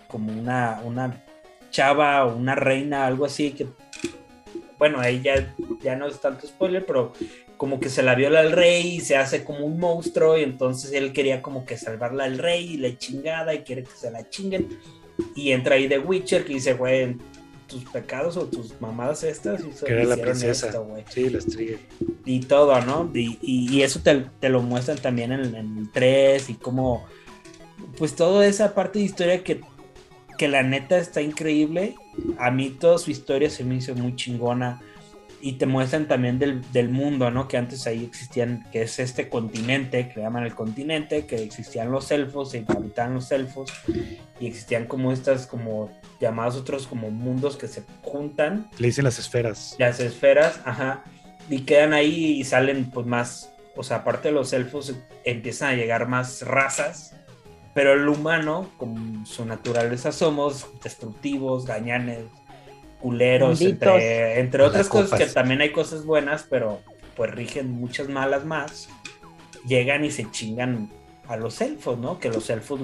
chava o una reina, algo así, que bueno, ahí ya no es tanto spoiler, pero como que se la viola al rey y se hace como un monstruo, y entonces él quería como que salvarla al rey y la chingada, y quiere que se la chinguen, y entra ahí The Witcher que dice, güey, tus pecados o tus mamadas estas que era la princesa, sí, las trigues y todo, ¿no? Y eso te lo muestran también en el 3, y como pues toda esa parte de historia que que la neta está increíble. A mí toda su historia se me hizo muy chingona. Y te muestran también del mundo, ¿no? Que antes ahí existían, que es este continente, que le llaman el continente, que existían los elfos, se habitaban los elfos, y existían como estas, como llamados otros como mundos que se juntan. Le dicen las esferas. Las esferas, ajá, y quedan ahí y salen pues más, o sea, aparte de los elfos, empiezan a llegar más razas, pero el humano, con su naturaleza, somos destructivos, gañanes, culeros, entre otras cosas, que también hay cosas buenas, pero pues rigen muchas malas más. Llegan y se chingan a los elfos, ¿no? Que los elfos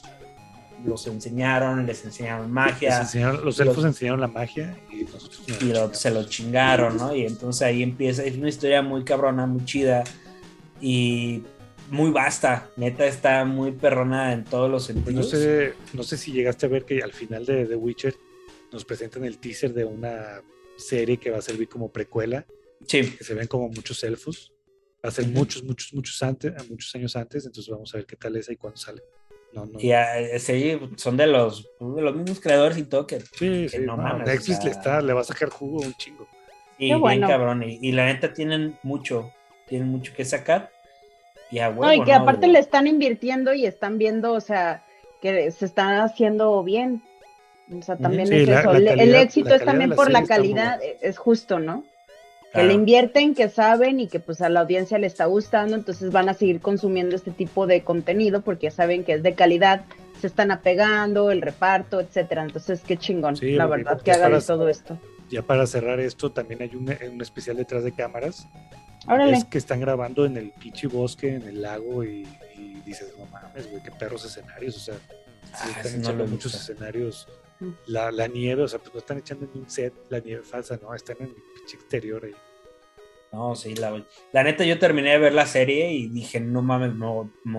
los enseñaron, les enseñaron magia. Los elfos enseñaron la magia y se lo chingaron, ¿no? Y entonces ahí empieza, es una historia muy cabrona, muy chida y muy vasta, neta está muy perrona en todos los sentidos. No sé si llegaste a ver que al final de The Witcher nos presentan el teaser de una serie que va a servir como precuela. Sí. Que se ven como muchos elfos. Va a ser muchos años antes, entonces vamos a ver qué tal es y cuándo sale. Y sí, son de los mismos creadores y todo que sí, no mames. Netflix le va a sacar jugo un chingo. Y bien bueno. Cabrón, y la neta tienen mucho que sacar. Y a huevo, y que aparte le están invirtiendo y están viendo, o sea, que se están haciendo bien. O sea, también es eso. El éxito es también por la calidad, es justo, ¿no? Que le invierten, que saben y que pues a la audiencia le está gustando, entonces van a seguir consumiendo este tipo de contenido porque saben que es de calidad, se están apegando, el reparto, etcétera. Entonces, qué chingón, la verdad, que hagan todo esto. Ya para cerrar esto, también hay un especial detrás de cámaras. Órale. Es que están grabando en el pinche bosque, en el lago y dices, no mames, güey, qué perros escenarios, o sea, están echando muchos escenarios. La nieve, o sea, pues no están echando en un set la nieve falsa, no, están en el pinche exterior ahí. No, sí, la neta yo terminé de ver la serie y dije, no mames, me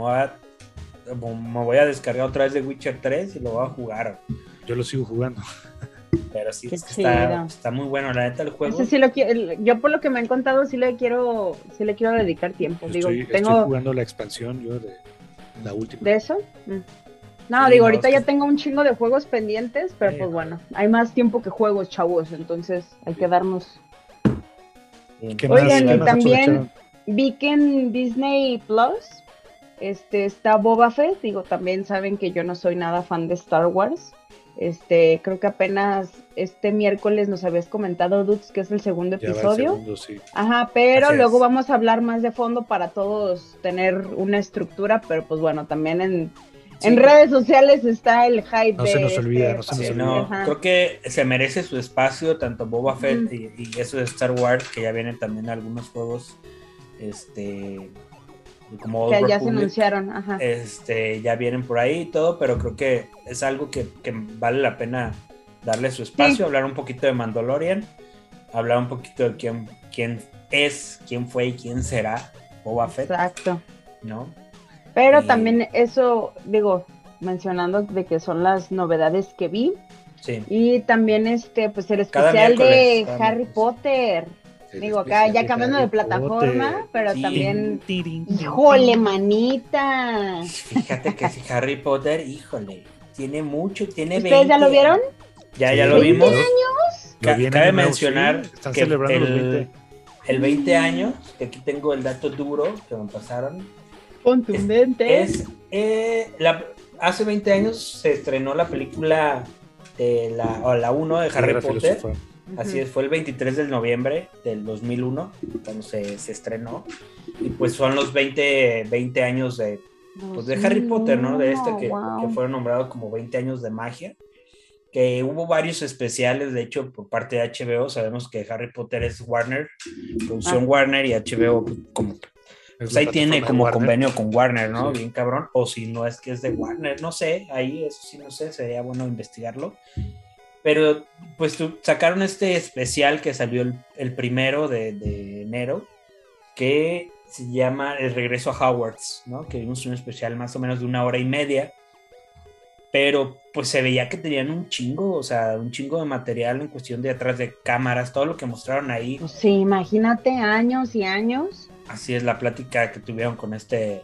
voy a descargar otra vez de Witcher 3 y lo voy a jugar. Yo lo sigo jugando. Pero sí, es que está muy bueno, la neta el juego. Ese sí yo por lo que me han contado sí le quiero dedicar tiempo. Estoy jugando la expansión yo de la última. ¿De eso? No, sí, ahorita ya tengo un chingo de juegos pendientes, pero pues bueno, hay más tiempo que juegos, chavos, entonces hay que darnos. Oigan, y también vi que en Disney Plus está Boba Fett, también saben que yo no soy nada fan de Star Wars. Creo que apenas este miércoles nos habías comentado, Dudes, que es el segundo episodio. Segundo, sí. Ajá, pero luego vamos a hablar más de fondo para todos tener una estructura, pero pues bueno, también en redes sociales está el hype. No se nos olvida, creo que se merece su espacio, tanto Boba Fett y eso de Star Wars, que ya vienen también algunos juegos, como que ya se anunciaron, ajá. Ya vienen por ahí y todo, pero creo que es algo que vale la pena darle su espacio, hablar un poquito de Mandalorian, hablar un poquito de quién es, quién fue y quién será Boba Fett. Exacto. ¿No? Pero también eso, mencionando de que son las novedades que vi. Sí. Y también pues el especial de Harry Potter. Acá ya cambiando de plataforma, pero también, híjole, manita. Fíjate que si Harry Potter, híjole, tiene mucho, tiene 20. ¿Ustedes ya lo vieron? Ya lo vimos. ¿20 años? Cabe mencionar están que celebrando el 20 años, que aquí tengo el dato duro que me pasaron. Contundente. Hace 20 años se estrenó la película de la 1 de Harry Potter. Así es, fue el 23 de noviembre del 2001 cuando se estrenó, y pues son los 20 años de Harry Potter, ¿no? De que fueron nombrados como 20 años de magia, que hubo varios especiales, de hecho, por parte de HBO. Sabemos que Harry Potter es Warner, producción Warner, y HBO como pues ahí tiene como convenio con Warner, ¿no? Sí. Bien cabrón, o si no es que es de Warner, no sé, ahí eso sí no sé, sería bueno investigarlo. Pero pues sacaron este especial que salió el 1 de enero, que se llama El regreso a Hogwarts, ¿no? Que vimos un especial más o menos de 1 hora y media, pero pues se veía que tenían un chingo de material en cuestión de atrás de cámaras, todo lo que mostraron ahí. Pues sí, imagínate, años y años. Así es la plática que tuvieron con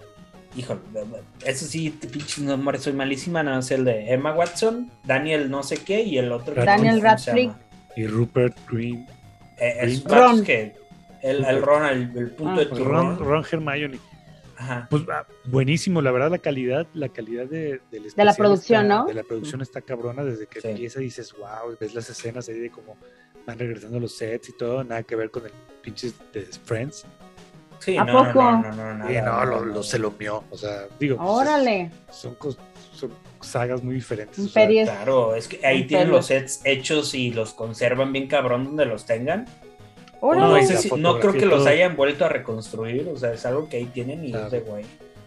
Híjole, eso sí, pinches nombres, soy malísima, no sé, el de Emma Watson, Daniel no sé qué, y el otro... Daniel Radcliffe. Y Rupert Green. Es Ron. que el Ron, el punto de tu Ron Hermione. Ajá. Pues buenísimo, la verdad la calidad del de la producción, ¿no? De la producción está cabrona, desde que empieza dices, wow, ves las escenas ahí de cómo van regresando los sets y todo, nada que ver con el pinche de Friends. Sí, ¿A poco? No, se lo mió, o sea, digo, órale. Son sagas muy diferentes. O sea, claro, es que ahí tienen los sets hechos y los conservan bien cabrón donde los tengan. No creo que los hayan vuelto a reconstruir, o sea, es algo que ahí tienen y claro. Es de güey.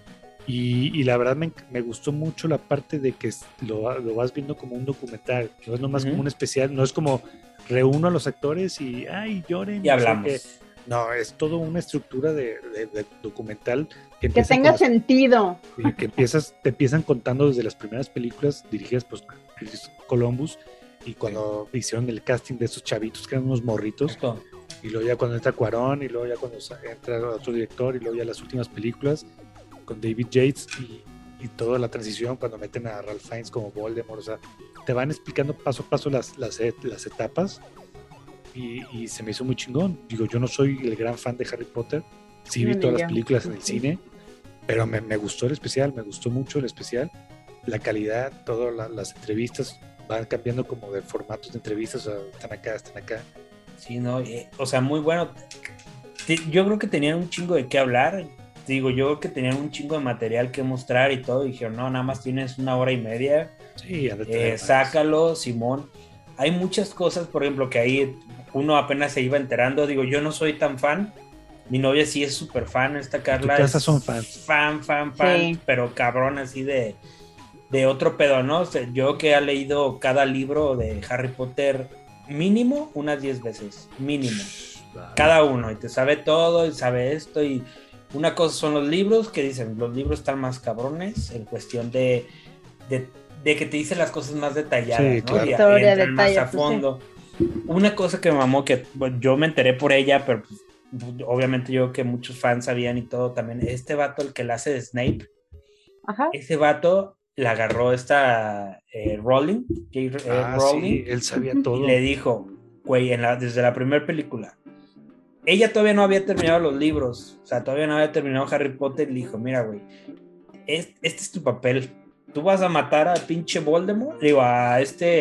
Y la verdad me gustó mucho la parte de que lo vas viendo como un documental, no es nomás como un especial, no es como reúno a los actores y lloren. Y hablamos. No, es todo una estructura de documental que tenga sentido. Que te empiezan contando desde las primeras películas dirigidas por Columbus y cuando hicieron el casting de esos chavitos que eran unos morritos. Esto. Y luego ya cuando entra Cuarón, y luego ya cuando entra otro director, y luego ya las últimas películas con David Yates y toda la transición cuando meten a Ralph Fiennes como Voldemort, o sea, te van explicando paso a paso las etapas y se me hizo muy chingón. Digo, yo no soy el gran fan de Harry Potter, sí vi todas las películas en el cine, pero me gustó el especial, me gustó mucho el especial, la calidad, todas las entrevistas van cambiando como de formatos de entrevistas, o sea, están acá. Sí, no, o sea, muy bueno. Yo creo que tenían un chingo de qué hablar. Digo, yo creo que tenían un chingo de material que mostrar y todo. Y dijeron, no, nada más tienes 1 hora y media. Sí, sácalo, Simón. Hay muchas cosas, por ejemplo, que ahí uno apenas se iba enterando. Digo, yo no soy tan fan. Mi novia sí es súper fan. Esta Carla es son fan. Sí. Pero cabrón, así de otro pedo, ¿no? O sea, yo que he leído cada libro de Harry Potter mínimo unas 10 veces, mínimo, cada uno, y te sabe todo, y sabe esto, y una cosa son los libros, que dicen, los libros están más cabrones, en cuestión de que te dicen las cosas más detalladas, sí, ¿no? claro. Y Historia, entran más a detalles, fondo. Sí. Una cosa que me mamó, que bueno, yo me enteré por ella, pero pues, obviamente yo que muchos fans sabían y todo también, este vato, el que la hace de Snape, ajá. Ese vato la agarró esta Rowling, Rowling, sí, él sabía todo. Y le dijo, güey, desde la primera película, ella todavía no había terminado los libros, o sea, todavía no había terminado Harry Potter, y le dijo, mira, güey, este es tu papel, tú vas a matar a pinche Voldemort, digo, a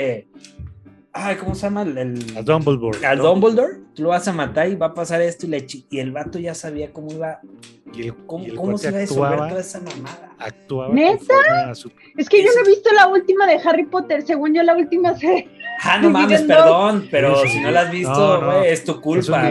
¿cómo se llama? A Dumbledore. Al Dumbledore, tú lo vas a matar y va a pasar esto, y el vato ya sabía cómo iba, cómo se iba a resolver toda esa mamada. Actuaba. ¿Neta? Es que yo no he visto la última de Harry Potter, según yo la última se... no mames, perdón, pero si no la has visto, güey, es tu culpa.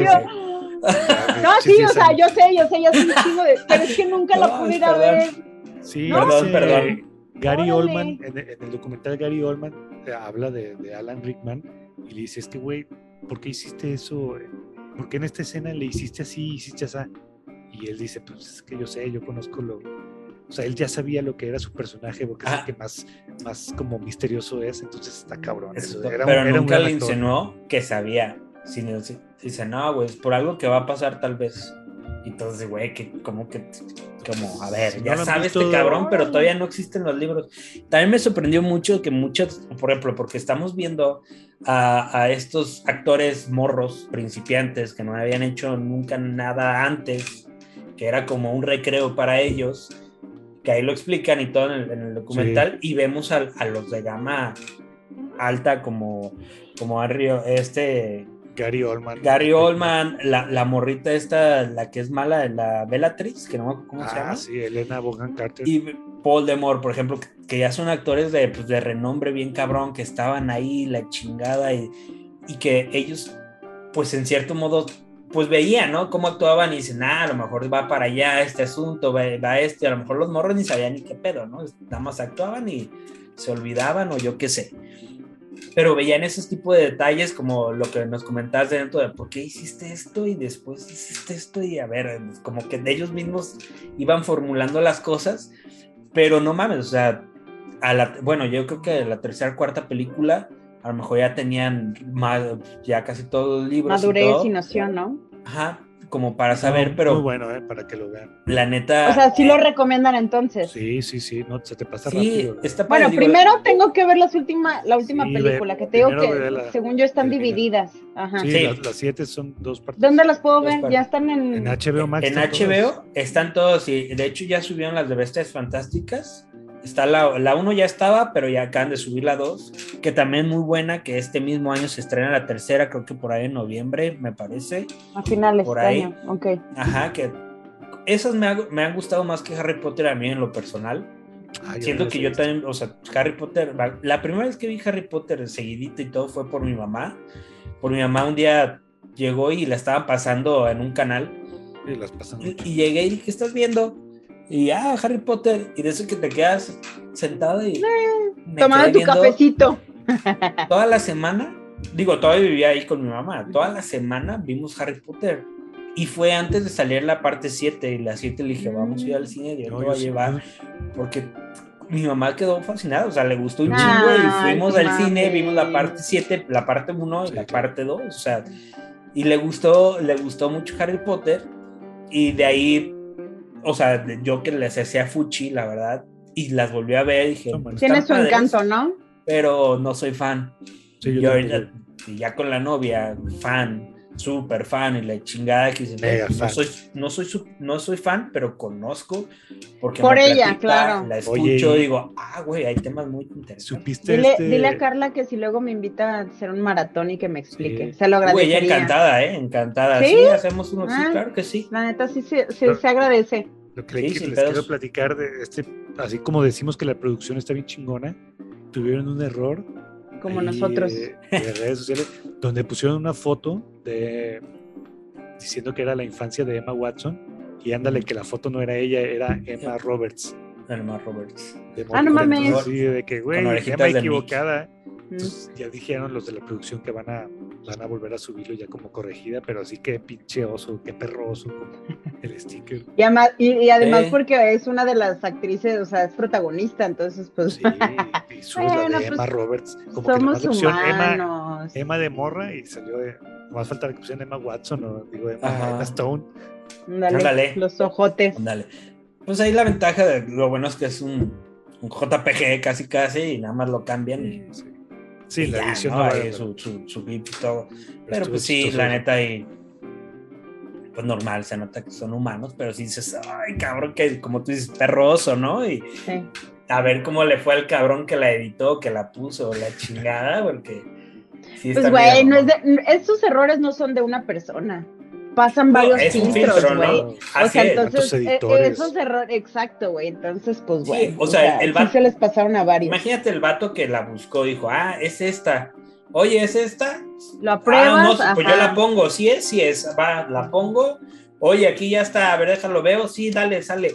No, sí, o sea, yo sé, ya soy un chingo de... Pero es que nunca la pude ir a ver. Sí, perdón. Gary Oldman, en el documental Gary Oldman habla de Alan Rickman y le dice, es que güey, ¿por qué hiciste eso? ¿Por qué en esta escena le hiciste así, hiciste así? Y él dice, pues es que yo conozco o sea, él ya sabía lo que era su personaje porque es el que más como misterioso es, entonces está cabrón. Pero nunca le insinuó que sabía, sino dice, no, güey, es por algo que va a pasar tal vez. Entonces, güey, como, a ver, si ya no sabes este cabrón, pero todavía no existen los libros. También me sorprendió mucho que muchos, por ejemplo, porque estamos viendo a estos actores morros, principiantes, que no habían hecho nunca nada antes, que era como un recreo para ellos, que ahí lo explican y todo en el documental, sí. Y vemos a los de gama alta como Gary Oldman, la morrita esta, la que es mala, la Bellatrix, que no me acuerdo cómo se llama. Sí, Helena Bonham Carter. Y Voldemort, por ejemplo, que ya son actores de renombre bien cabrón, que estaban ahí, la chingada, y que ellos, pues en cierto modo, pues veían, ¿no? Cómo actuaban y dicen, a lo mejor va para allá este asunto, va a lo mejor los morros ni sabían ni qué pedo, ¿no? Nada más actuaban y se olvidaban o yo qué sé. Pero veían esos tipos de detalles como lo que nos comentabas dentro de por qué hiciste esto y después hiciste esto y a ver, como que ellos mismos iban formulando las cosas, pero no mames, o sea, bueno, yo creo que la tercera, cuarta película a lo mejor ya tenían ya casi todos los libros. Madurez y noción, ¿no? Ajá, como para saber, pero... Muy bueno, para que lo vean. La neta... O sea, ¿sí lo recomiendan entonces? Sí, no, se te pasa rápido. Está padre, bueno, primero tengo que ver la última película, que te digo que según yo están divididas. Ajá. Sí, las 7 son 2 partes. ¿Dónde las puedo ver? Ya están en HBO Max. En HBO están todos, y de hecho ya subieron las de Bestias Fantásticas. Está la 1 ya estaba, pero ya acaban de subir la 2, que también muy buena, que este mismo año se estrena la tercera, creo que por ahí en noviembre, me parece. A finales por de ahí. año, ok. Ajá, que esas me han gustado más que Harry Potter a mí en lo personal. Siento que yo también, o sea, Harry Potter, la primera vez que vi Harry Potter seguidito y todo fue por mi mamá. Por mi mamá un día llegó y la estaban pasando en un canal. Sí, las pasan. Y llegué y dije, ¿qué estás viendo? Y Harry Potter, y de eso que te quedas sentado y tomando tu cafecito. Toda la semana, todavía vivía ahí con mi mamá, toda la semana vimos Harry Potter. Y fue antes de salir la parte 7, y la 7 le dije, vamos a ir al cine, yo te voy a llevar, porque mi mamá quedó fascinada, o sea, le gustó un chingo, y fuimos al cine, vimos la parte 7, la parte 1 y la parte 2, o sea, y le gustó mucho Harry Potter, y de ahí, o sea, yo que les hacía fuchi, la verdad, y las volví a ver, y dije, tiene su encanto, ¿no? Pero no soy fan. Sí, yo ya con la novia, súper fan, y la chingada que dice, no soy fan, pero conozco, porque por ella, platica, claro. La escucho, digo, güey, hay temas muy interesantes. Dile a Carla que si luego me invita a hacer un maratón y que me explique, se lo agradecería. Ella encantada, ¿Sí? Sí, hacemos uno, sí, claro que sí. La neta sí se agradece. Lo que les quiero platicar de así como decimos que la producción está bien chingona, tuvieron un error como nosotros de redes sociales, donde pusieron una foto diciendo que era la infancia de Emma Watson, y ándale que la foto no era ella, era Emma Roberts. Emma Roberts. No mames. Sí, de que güey, Emma equivocada. Entonces ya dijeron los de la producción que van a volver a subirlo ya como corregida, pero sí que pinche oso, qué perroso como el sticker. Y además porque es una de las actrices, o sea, es protagonista, entonces pues... Sí, y subes la de Emma Roberts. Como somos que humanos. Emma de morra, y salió más falta que pusieran Emma Watson, o digo Emma Stone. Dale, los ojotes. Dale. Pues ahí la ventaja de lo bueno es que es un JPG casi, y nada más lo cambian. Sí, la edición no hay su clip y todo. Pero pues sí, la neta, y pues normal, se nota que son humanos, pero sí dices, ay, cabrón, que como tú dices, perroso, ¿no? Y a ver cómo le fue al cabrón que la editó, que la puso, la chingada, porque sí pues güey, estos errores no son de una persona. Pasan varios filtros, güey. ¿no? O sea, entonces, esos errores, exacto, güey. Entonces, pues, güey. Sí, o sea, el vato, sí se les pasaron a varios. Imagínate el vato que la buscó, dijo, es esta. Oye, ¿es esta? ¿Lo apruebas? No, pues yo la pongo, sí es, va, la pongo. Oye, aquí ya está, a ver, déjalo, veo, sí, dale, sale.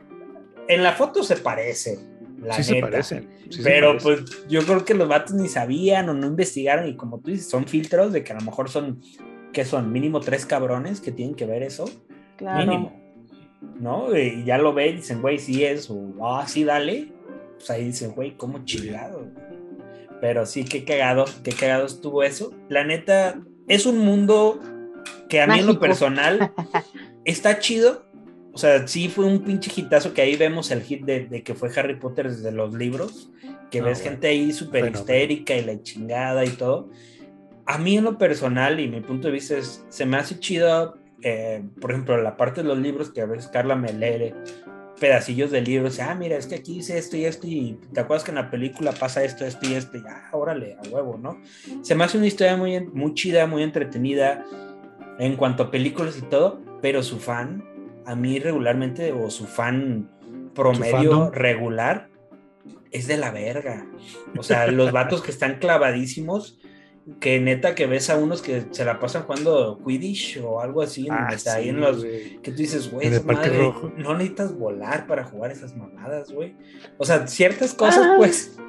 En la foto se parece, la neta. Se parecen. Pero pues yo creo que los vatos ni sabían o no investigaron, y como tú dices, son filtros de que a lo mejor son... que son mínimo 3 cabrones que tienen que ver eso, claro. Mínimo, ¿no? Y ya lo ven y dicen, güey, sí es, o sí, dale, pues ahí dicen, güey, cómo chingado. Pero sí, qué cagado estuvo eso. La neta, es un mundo que a mí en lo personal está chido. O sea, sí fue un pinche hitazo, que ahí vemos el hit de que fue Harry Potter desde los libros, que ves gente ahí súper histérica y la chingada y todo. A mí en lo personal y mi punto de vista se me hace chido, por ejemplo, la parte de los libros, que a veces Carla me lee pedacillos de libros, mira, es que aquí dice esto y esto, y te acuerdas que en la película pasa esto y esto, y órale, a huevo, ¿no? Se me hace una historia muy, muy chida, muy entretenida en cuanto a películas y todo, pero su fan, a mí regularmente, o su fan promedio regular, es de la verga. O sea, los vatos que están clavadísimos, que neta que ves a unos que se la pasan jugando Quidditch o algo así, ahí en los que tú dices, güey, no necesitas volar para jugar esas mamadas, güey. O sea, ciertas cosas, pues,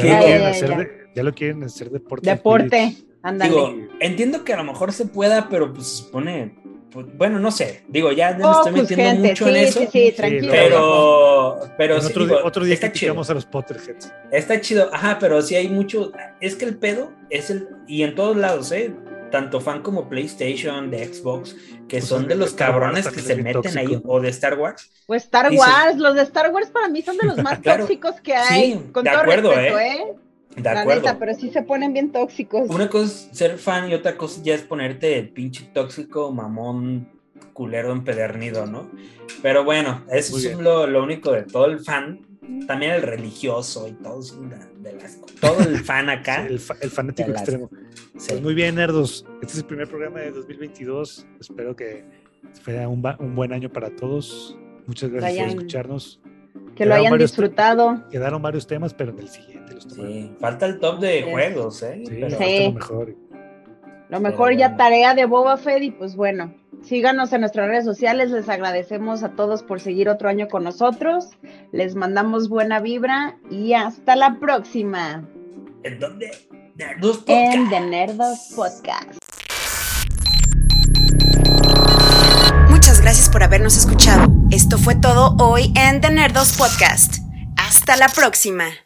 ya lo quieren hacer deporte. Ándale. Digo, entiendo que a lo mejor se pueda, pero pues se supone, pues, bueno, no sé, digo, ya me estoy metiendo mucho en eso. Sí, tranquilo. Pero sí, otro día criticamos a los Potterheads. Está chido, pero sí hay mucho, es que el pedo es y en todos lados, tanto fan como PlayStation, de Xbox, que Pues son de los cabrones que se meten ahí, o de Star Wars. O Star Wars, los de Star Wars para mí son de los más claro, tóxicos que hay. Sí, con de todo acuerdo, respeto, De acuerdo. Neta, pero sí se ponen bien tóxicos. Una cosa es ser fan y otra cosa ya es ponerte el pinche tóxico, mamón, culero empedernido, ¿no? Pero bueno, eso es lo único de todo el fan. También el religioso y todo es todo el fan acá. Sí, el fanático extremo. Sí. Pues muy bien, nerdos. Este es el primer programa de 2022. Espero que fuera un buen año para todos. Muchas gracias por escucharnos. Que lo hayan disfrutado. Quedaron varios temas, pero en el siguiente los tomamos. Sí, falta el top de juegos, Sí, pero falta lo mejor. Lo mejor pero ya tarea de Boba Fett y pues bueno, síganos en nuestras redes sociales, les agradecemos a todos por seguir otro año con nosotros, les mandamos buena vibra y hasta la próxima. ¿En dónde? Nerdos Podcast. En The Nerdos Podcast. Muchas gracias por habernos escuchado. Esto fue todo hoy en The Nerdos Podcast. Hasta la próxima.